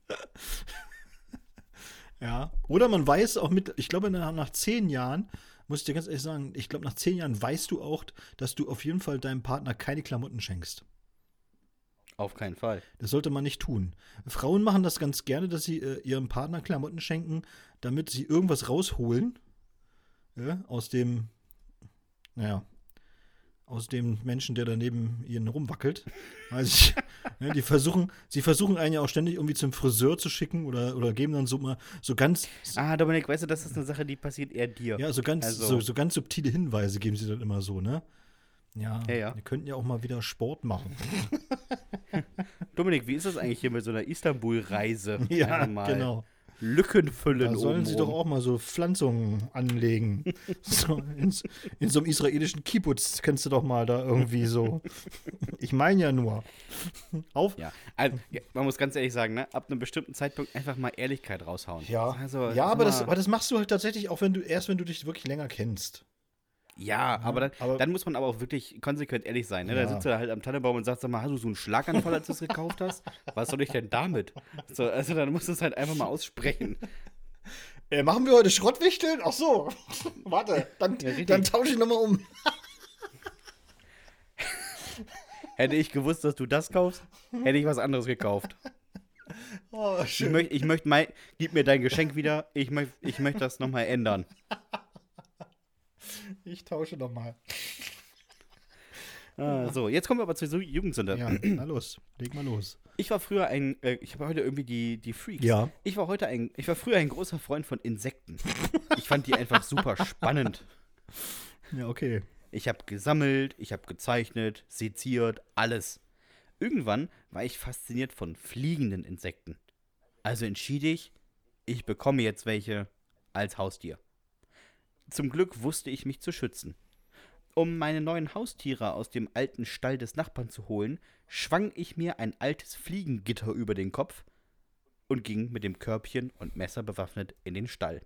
Ja. Oder man weiß auch mit, ich glaube, nach, nach zehn Jahren, muss ich dir ganz ehrlich sagen, ich glaube, nach zehn Jahren weißt du auch, dass du auf jeden Fall deinem Partner keine Klamotten schenkst. Auf keinen Fall. Das sollte man nicht tun. Frauen machen das ganz gerne, dass sie äh, ihrem Partner Klamotten schenken, damit sie irgendwas rausholen. Ja, aus dem, naja, aus dem Menschen, der daneben ihnen rumwackelt. Also ich, ja, die versuchen, sie versuchen einen ja auch ständig irgendwie zum Friseur zu schicken oder, oder geben dann so mal so ganz. Ah, Dominik, weißt du, das ist eine Sache, die passiert eher dir. Ja, so ganz, also. so, so ganz subtile Hinweise geben sie dann immer so, ne? Ja, ja, ja. wir könnten ja auch mal wieder Sport machen. Dominik, wie ist das eigentlich hier mit so einer Istanbul-Reise? Ja, genau. Lücken füllen. Da sollen oben sie rum. doch auch mal so Pflanzungen anlegen. so ins, in so einem israelischen Kibbutz kennst du doch mal da irgendwie so. Ich meine ja nur. Auf. Ja, also, ja, man muss ganz ehrlich sagen, ne, ab einem bestimmten Zeitpunkt einfach mal Ehrlichkeit raushauen. Ja, also, ja aber, das, mal, aber das machst du halt tatsächlich auch, wenn du erst, wenn du dich wirklich länger kennst. Ja, aber, dann, aber dann muss man aber auch wirklich konsequent ehrlich sein. Ne? Ja. Da sitzt er halt am Tannenbaum und sagt, sag mal, hast du so einen Schlaganfall, als du es gekauft hast? Was soll ich denn damit? So, also dann musst du es halt einfach mal aussprechen. Äh, machen wir heute Schrottwichteln? Ach so. Warte, dann, Ja, richtig. dann tausche ich nochmal um. Hätte ich gewusst, dass du das kaufst, hätte ich was anderes gekauft. Oh, Ich schön. möchte, ich möcht mein, gib mir dein Geschenk wieder, ich möchte ich möcht das nochmal ändern. Ich tausche nochmal. Ah, so, jetzt kommen wir aber zur Su- Jugendsünde. Ja, na los. Leg mal los. Ich war früher ein, äh, ich habe heute irgendwie die, die Freaks. Ja. Ich war heute ein, ich war früher ein großer Freund von Insekten. Ich fand die einfach super spannend. Ja, okay. Ich habe gesammelt, ich habe gezeichnet, seziert, alles. Irgendwann war ich fasziniert von fliegenden Insekten. Also entschied ich, ich bekomme jetzt welche als Haustier. Zum Glück wusste ich mich zu schützen. Um meine neuen Haustiere aus dem alten Stall des Nachbarn zu holen, schwang ich mir ein altes Fliegengitter über den Kopf und ging mit dem Körbchen und Messer bewaffnet in den Stall.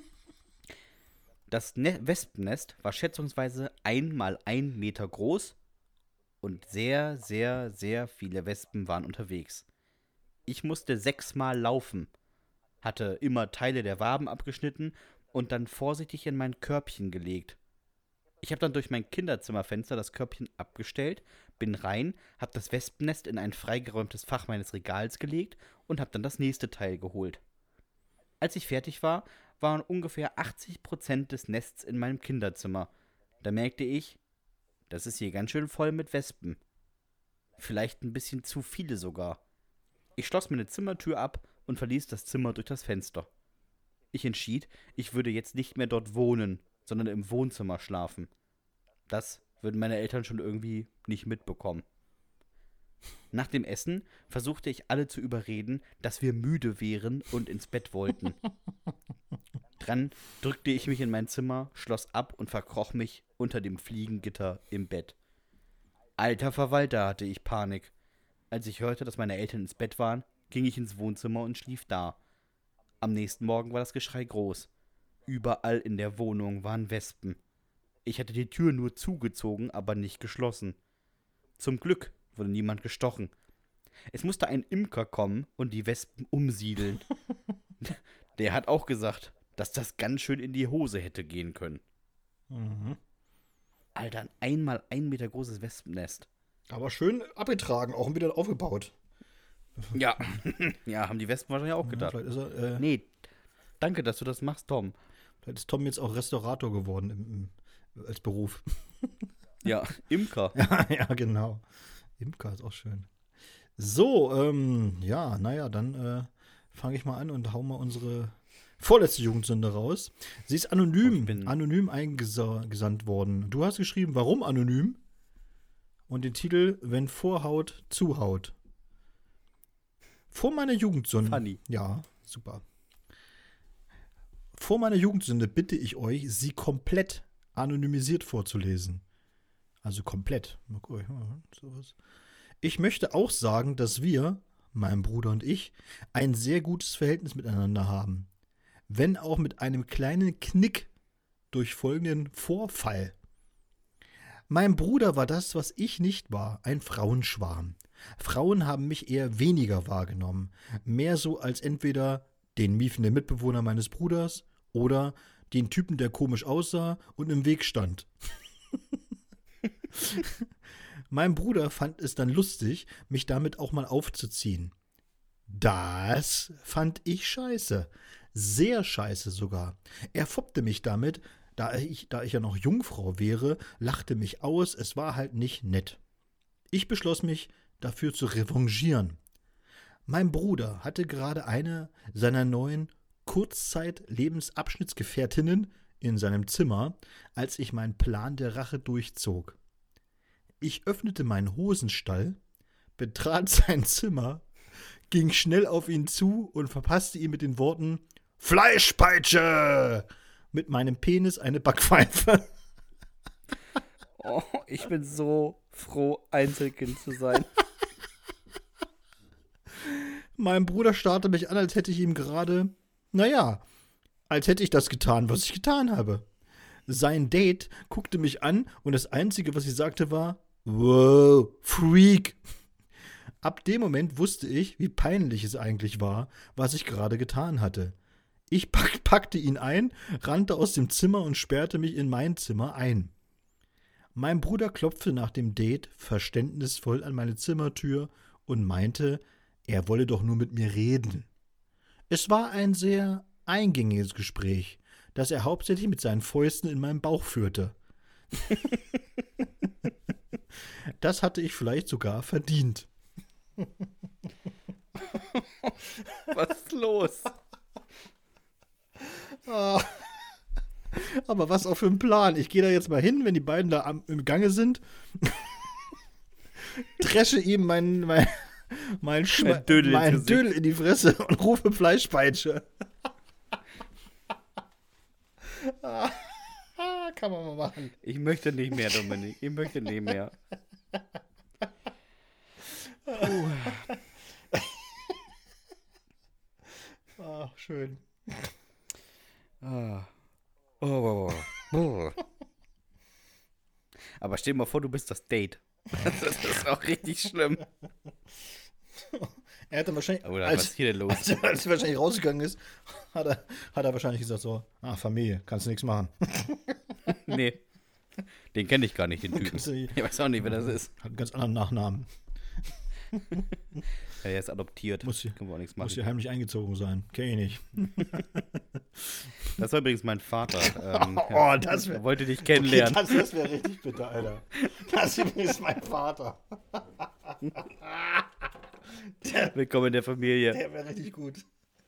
Das ne- Wespennest war schätzungsweise ein mal ein Meter groß und sehr, sehr, sehr viele Wespen waren unterwegs. Ich musste sechsmal laufen, hatte immer Teile der Waben abgeschnitten und dann vorsichtig in mein Körbchen gelegt. Ich habe dann durch mein Kinderzimmerfenster das Körbchen abgestellt, bin rein, habe das Wespennest in ein freigeräumtes Fach meines Regals gelegt und habe dann das nächste Teil geholt. Als ich fertig war, waren ungefähr achtzig Prozent des Nests in meinem Kinderzimmer. Da merkte ich, das ist hier ganz schön voll mit Wespen. Vielleicht ein bisschen zu viele sogar. Ich schloss meine Zimmertür ab und verließ das Zimmer durch das Fenster. Ich entschied, ich würde jetzt nicht mehr dort wohnen, sondern im Wohnzimmer schlafen. Das würden meine Eltern schon irgendwie nicht mitbekommen. Nach dem Essen versuchte ich alle zu überreden, dass wir müde wären und ins Bett wollten. Dann drückte ich mich in mein Zimmer, schloss ab und verkroch mich unter dem Fliegengitter im Bett. Alter Verwalter, hatte ich Panik. Als ich hörte, dass meine Eltern ins Bett waren, ging ich ins Wohnzimmer und schlief da. Am nächsten Morgen war das Geschrei groß. Überall in der Wohnung waren Wespen. Ich hatte die Tür nur zugezogen, aber nicht geschlossen. Zum Glück wurde niemand gestochen. Es musste ein Imker kommen und die Wespen umsiedeln. Der hat auch gesagt, dass das ganz schön in die Hose hätte gehen können. Mhm. Alter, ein einmal ein Meter großes Wespennest. Aber schön abgetragen, auch wieder aufgebaut. Ja, ja, haben die Wespen wahrscheinlich auch Ja, gedacht. vielleicht, ist er, äh, Nee, danke, dass du das machst, Tom. vielleicht ist Tom jetzt auch Restaurator geworden im, im, als Beruf. Ja, Imker. ja, ja, genau. Imker ist auch schön. So, ähm, ja, naja, dann äh, fange ich mal an und hau mal unsere vorletzte Jugendsünde raus. Sie ist Ich anonym, bin- anonym eingesandt worden. Du hast geschrieben, warum anonym? Und den Titel, wenn Vorhaut zuhaut. Vor meiner Jugendsünde. Funny. Ja, super. Vor meiner Jugendsünde bitte ich euch, sie komplett anonymisiert vorzulesen. Also komplett. Mal gucken, sowas. Ich möchte auch sagen, dass wir, mein Bruder und ich, ein sehr gutes Verhältnis miteinander haben. Wenn auch mit einem kleinen Knick durch folgenden Vorfall. Mein Bruder war das, was ich nicht war, ein Frauenschwarm. Frauen haben mich eher weniger wahrgenommen, mehr so als entweder den miefenden Mitbewohner meines Bruders oder den Typen, der komisch aussah und im Weg stand. Mein Bruder fand es dann lustig, mich damit auch mal aufzuziehen. Das fand ich scheiße. Sehr scheiße sogar. Er foppte mich damit, da ich, da ich ja noch Jungfrau wäre, lachte mich aus, es war halt nicht nett. Ich beschloss mich, dafür zu revanchieren. Mein Bruder hatte gerade eine seiner neuen Kurzzeit-Lebensabschnittsgefährtinnen in seinem Zimmer, als ich meinen Plan der Rache durchzog. Ich öffnete meinen Hosenstall, betrat sein Zimmer, ging schnell auf ihn zu und verpasste ihm mit den Worten »Fleischpeitsche!« mit meinem Penis eine Backpfeife. Oh, ich bin so froh, Einzelkind zu sein. Mein Bruder starrte mich an, als hätte ich ihm gerade, naja, als hätte ich das getan, was ich getan habe. Sein Date guckte mich an und das Einzige, was sie sagte, war, wow, Freak. Ab dem Moment wusste ich, wie peinlich es eigentlich war, was ich gerade getan hatte. Ich pack, packte ihn ein, rannte aus dem Zimmer und sperrte mich in mein Zimmer ein. Mein Bruder klopfte nach dem Date verständnisvoll an meine Zimmertür und meinte, er wolle doch nur mit mir reden. Es war ein sehr eingängiges Gespräch, das er hauptsächlich mit seinen Fäusten in meinem Bauch führte. Das hatte ich vielleicht sogar verdient. Was ist los? Aber was auch für ein Plan. Ich gehe da jetzt mal hin, wenn die beiden da am, im Gange sind, dresche ihm mein, mein, mein, Schma- Ein Dödel mein ins Dödel in die Fresse und rufe Fleischpeitsche. Kann man mal machen. Ich möchte nicht mehr, Dominik. Ich möchte nicht mehr. Uh. Ach, schön. Ah. Oh, oh, oh. Aber stell dir mal vor, du bist das Date. Das ist auch richtig schlimm. Er hätte wahrscheinlich, Oder als, was ist hier denn los? als, als er wahrscheinlich rausgegangen ist, hat er, hat er wahrscheinlich gesagt so, ah, Familie, kannst du nichts machen. Nee. Den kenne ich gar nicht, den Typen. Kannst du nicht- Ich weiß auch nicht, wer das ist. Hat einen ganz anderen Nachnamen. Ja, der ist adoptiert. Muss hier, Können wir auch nichts muss machen. hier heimlich eingezogen sein. Kenn ich nicht. Das war übrigens mein Vater. Ähm, Oh, das wär- er wollte dich kennenlernen. Okay, das das wäre richtig bitter, Alter. Das ist mein Vater. Der, Willkommen in der Familie. der wäre richtig gut.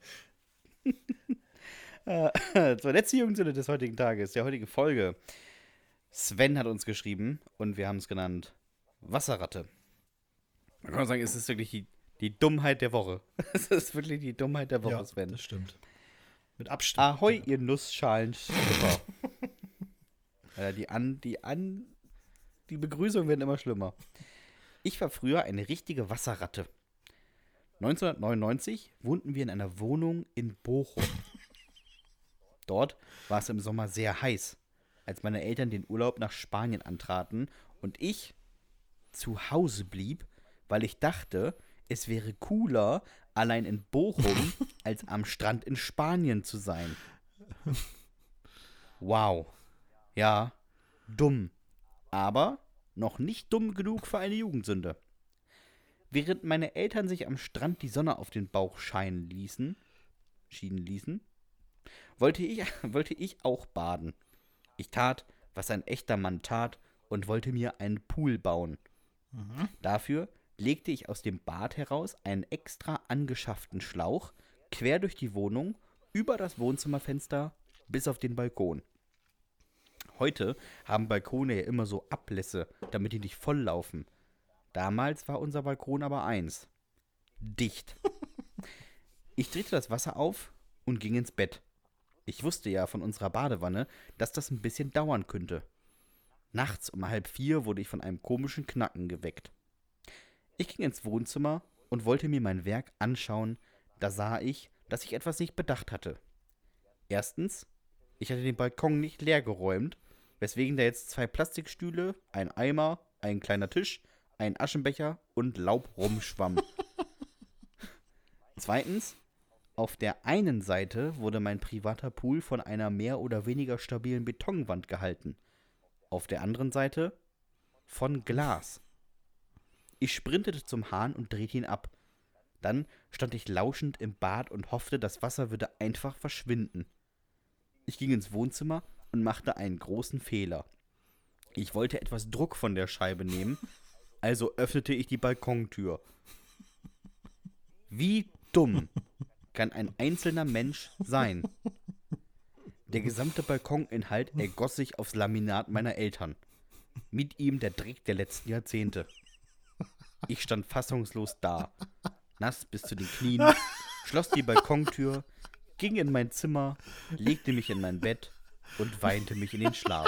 Äh, Zur letzten Jugendsünde des heutigen Tages, der heutigen Folge. Sven hat uns geschrieben und wir haben es genannt Wasserratte. Man kann sagen, es ist wirklich die, die Dummheit der Woche. Es ist wirklich die Dummheit der Woche, Ja, Sven. das stimmt. Mit Abstand. Ahoi, ihr Nussschalen-Schlipper. äh, die, an, die, an, die Begrüßungen werden immer schlimmer. Ich war früher eine richtige Wasserratte. neunzehnhundertneunundneunzig wohnten wir in einer Wohnung in Bochum. Dort war es im Sommer sehr heiß, als meine Eltern den Urlaub nach Spanien antraten und ich zu Hause blieb, weil ich dachte, es wäre cooler, allein in Bochum als am Strand in Spanien zu sein. Wow. Ja, dumm. Aber noch nicht dumm genug für eine Jugendsünde. Während meine Eltern sich am Strand die Sonne auf den Bauch scheinen ließen, schienen ließen, wollte ich, wollte ich auch baden. Ich tat, was ein echter Mann tat und wollte mir einen Pool bauen. Mhm. Dafür legte ich aus dem Bad heraus einen extra angeschafften Schlauch quer durch die Wohnung, über das Wohnzimmerfenster bis auf den Balkon. Heute haben Balkone ja immer so Ablässe, damit die nicht volllaufen. Damals war unser Balkon aber eins. Dicht. Ich drehte das Wasser auf und ging ins Bett. Ich wusste ja von unserer Badewanne, dass das ein bisschen dauern könnte. Nachts um halb vier wurde ich von einem komischen Knacken geweckt. Ich ging ins Wohnzimmer und wollte mir mein Werk anschauen. Da sah ich, dass ich etwas nicht bedacht hatte. Erstens, ich hatte den Balkon nicht leer geräumt, weswegen da jetzt zwei Plastikstühle, ein Eimer, ein kleiner Tisch, ein Aschenbecher und Laub rumschwamm. Zweitens, auf der einen Seite wurde mein privater Pool von einer mehr oder weniger stabilen Betonwand gehalten. Auf der anderen Seite von Glas. Ich sprintete zum Hahn und drehte ihn ab. Dann stand ich lauschend im Bad und hoffte, das Wasser würde einfach verschwinden. Ich ging ins Wohnzimmer und machte einen großen Fehler. Ich wollte etwas Druck von der Scheibe nehmen, also öffnete ich die Balkontür. Wie dumm kann ein einzelner Mensch sein? Der gesamte Balkoninhalt ergoss sich aufs Laminat meiner Eltern. Mit ihm der Dreck der letzten Jahrzehnte. Ich stand fassungslos da, nass bis zu den Knien, schloss die Balkontür, ging in mein Zimmer, legte mich in mein Bett und weinte mich in den Schlaf.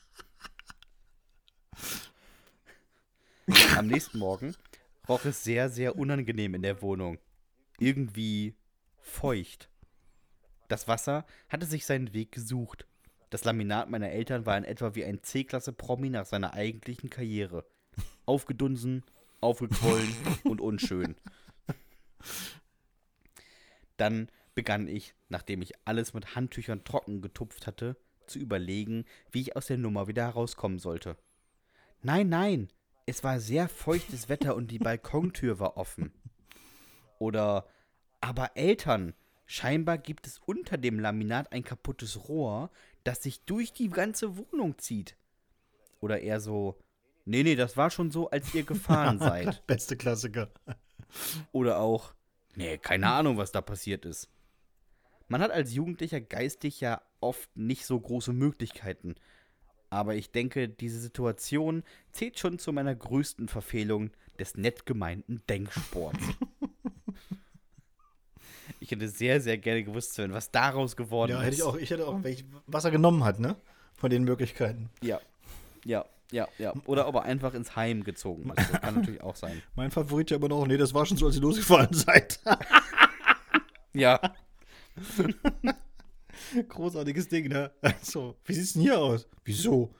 Am nächsten Morgen roch es sehr, sehr unangenehm in der Wohnung. Irgendwie feucht. Das Wasser hatte sich seinen Weg gesucht. Das Laminat meiner Eltern war in etwa wie ein C-Klasse-Promi nach seiner eigentlichen Karriere. Aufgedunsen, aufgequollen und unschön. Dann begann ich, nachdem ich alles mit Handtüchern trocken getupft hatte, zu überlegen, wie ich aus der Nummer wieder herauskommen sollte. Nein, nein, es war sehr feuchtes Wetter und die Balkontür war offen. Oder, aber Eltern, scheinbar gibt es unter dem Laminat ein kaputtes Rohr, das sich durch die ganze Wohnung zieht. Oder eher so, nee, nee, das war schon so, als ihr gefahren seid. Beste Klassiker. Oder auch, nee, keine Ahnung, was da passiert ist. Man hat als Jugendlicher geistig ja oft nicht so große Möglichkeiten. Aber ich denke, diese Situation zählt schon zu meiner größten Verfehlung des nett gemeinten Denksports. Ich hätte sehr, sehr gerne gewusst, Sven, was daraus geworden Ja, ist. hätte ich auch, ich hätte auch, welch, was er genommen hat, ne? Von den Möglichkeiten. Ja, ja, ja, ja. Oder ob er einfach ins Heim gezogen ist. Das kann natürlich auch sein. Mein Favorit ja immer noch, nee, das war schon so, als ihr losgefahren seid. Ja. Großartiges Ding, ne? So, wie sieht's denn hier aus? Wieso?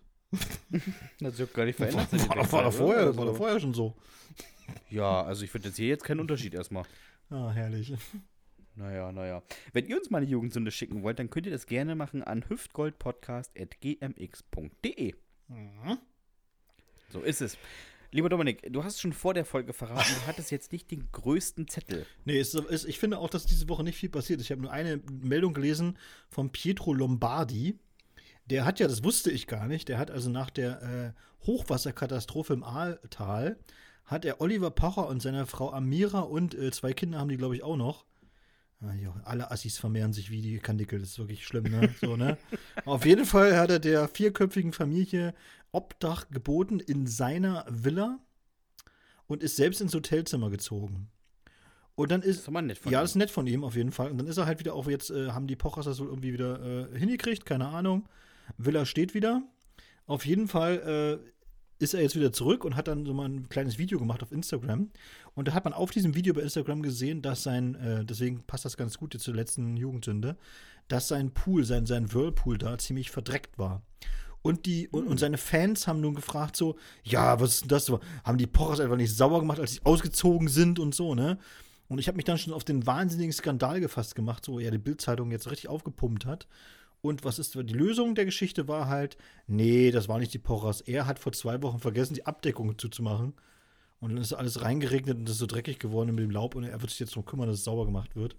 Das ist gar nicht War, verändert. war, war, war, doch vorher, war doch vorher schon so. Ja, also ich finde jetzt hier jetzt keinen Unterschied erstmal. Ah, herrlich. Naja, naja. Wenn ihr uns mal eine Jugendsünde schicken wollt, dann könnt ihr das gerne machen an hüftgoldpodcast at g m x punkt d e. Mhm. So ist es. Lieber Dominik, du hast schon vor der Folge verraten, du hattest jetzt nicht den größten Zettel. Nee, es, es, ich finde auch, dass diese Woche nicht viel passiert ist. Ich habe nur eine Meldung gelesen von Pietro Lombardi. Der hat ja, das wusste ich gar nicht, der hat also nach der äh, Hochwasserkatastrophe im Ahrtal, hat er Oliver Pocher und seine Frau Amira und äh, zwei Kinder haben die, glaube ich, auch noch. Ah, jo, alle Assis vermehren sich wie die Kandickel, das ist wirklich schlimm, ne? So, ne? Auf jeden Fall hat er der vierköpfigen Familie Obdach geboten in seiner Villa und ist selbst ins Hotelzimmer gezogen. Und dann ist, Das ist doch mal nett von ja, ihm. das ist nett von ihm auf jeden Fall. Und dann ist er halt wieder auch jetzt, äh, haben die Pochers das wohl irgendwie wieder äh, hingekriegt, keine Ahnung. Villa steht wieder. Auf jeden Fall äh, ist er jetzt wieder zurück und hat dann so mal ein kleines Video gemacht auf Instagram. Und da hat man auf diesem Video bei Instagram gesehen, dass sein, äh, deswegen passt das ganz gut jetzt zur letzten Jugendsünde, dass sein Pool, sein, sein Whirlpool da ziemlich verdreckt war. Und, die, und, und seine Fans haben nun gefragt so, ja, was ist denn das? Haben die Pochers einfach nicht sauber gemacht, als sie ausgezogen sind und so, ne? Und ich habe mich dann schon auf den wahnsinnigen Skandal gefasst gemacht, so ja, die Bild-Zeitung jetzt richtig aufgepumpt hat. Und was ist die Lösung der Geschichte war halt, nee, das war nicht die Pochers. Er hat vor zwei Wochen vergessen, die Abdeckung zuzumachen. Und dann ist alles reingeregnet und das ist so dreckig geworden mit dem Laub und er wird sich jetzt darum kümmern, dass es sauber gemacht wird.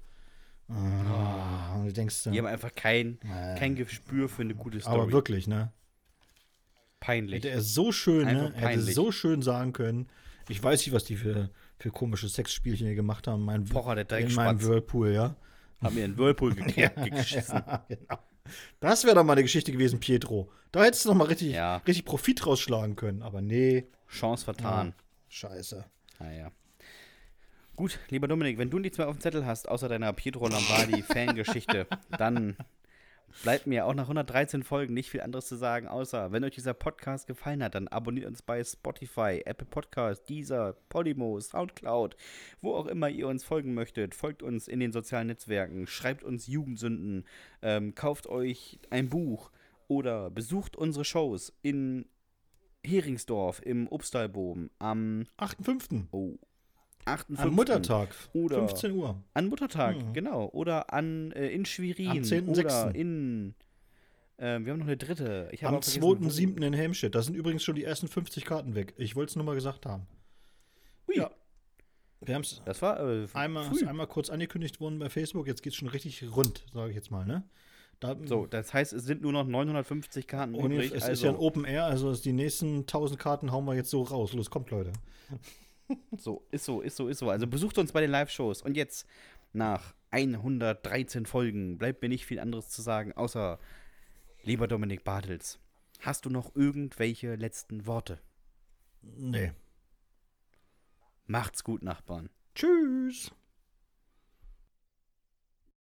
Ah, und du denkst, Die haben einfach kein, äh, kein Gespür für eine gute Story. aber wirklich, ne? Peinlich. Hätte er so schön, ne? Einfach Er hätte peinlich. so schön sagen können. Ich weiß nicht, was die für, für komische Sexspielchen hier gemacht haben. Mein, Pocher, der in meinem Dreckspatz, Whirlpool, ja. hat mir einen Whirlpool gekriegt, geschissen. Ja, genau. Das wäre doch mal eine Geschichte gewesen, Pietro. Da hättest du noch mal richtig, Ja. richtig Profit rausschlagen können. Aber nee. Chance vertan. Scheiße. Naja. Gut, lieber Dominik, wenn du nichts mehr auf dem Zettel hast, außer deiner Pietro Lombardi-Fangeschichte, dann bleibt mir auch nach hundertdreizehn Folgen nicht viel anderes zu sagen, außer, wenn euch dieser Podcast gefallen hat, dann abonniert uns bei Spotify, Apple Podcasts, Deezer, Podimo, Soundcloud, wo auch immer ihr uns folgen möchtet. Folgt uns in den sozialen Netzwerken, schreibt uns Jugendsünden, ähm, kauft euch ein Buch oder besucht unsere Shows in Heringsdorf im Obstalboom am achten fünften oh, achten Am Muttertag. Oder fünfzehn Uhr. An Muttertag, Mhm. genau. Oder an äh, in Schwerin. Am zehnten Oder sechsten in äh, wir haben noch eine dritte. Ich habe Am aber vergessen, zweiten wo. siebten in Helmstedt. Da sind übrigens schon die ersten fünfzig Karten weg. Ich wollte es nur mal gesagt haben. Ui. Ja. Wir haben es Das war äh, einmal, früh. ist einmal kurz angekündigt worden bei Facebook, jetzt geht's schon richtig rund, sage ich jetzt mal, ne? Da, So, das heißt, es sind nur noch neunhundertfünfzig Karten und übrig. es also, ist ja ein Open Air, also die nächsten tausend Karten hauen wir jetzt so raus. Los, kommt, Leute. so, ist so, ist so, ist so. Also besucht uns bei den Live-Shows. Und jetzt, nach hundertdreizehn Folgen, bleibt mir nicht viel anderes zu sagen, außer, lieber Dominik Bartels, hast du noch irgendwelche letzten Worte? Nee. Macht's gut, Nachbarn. Tschüss.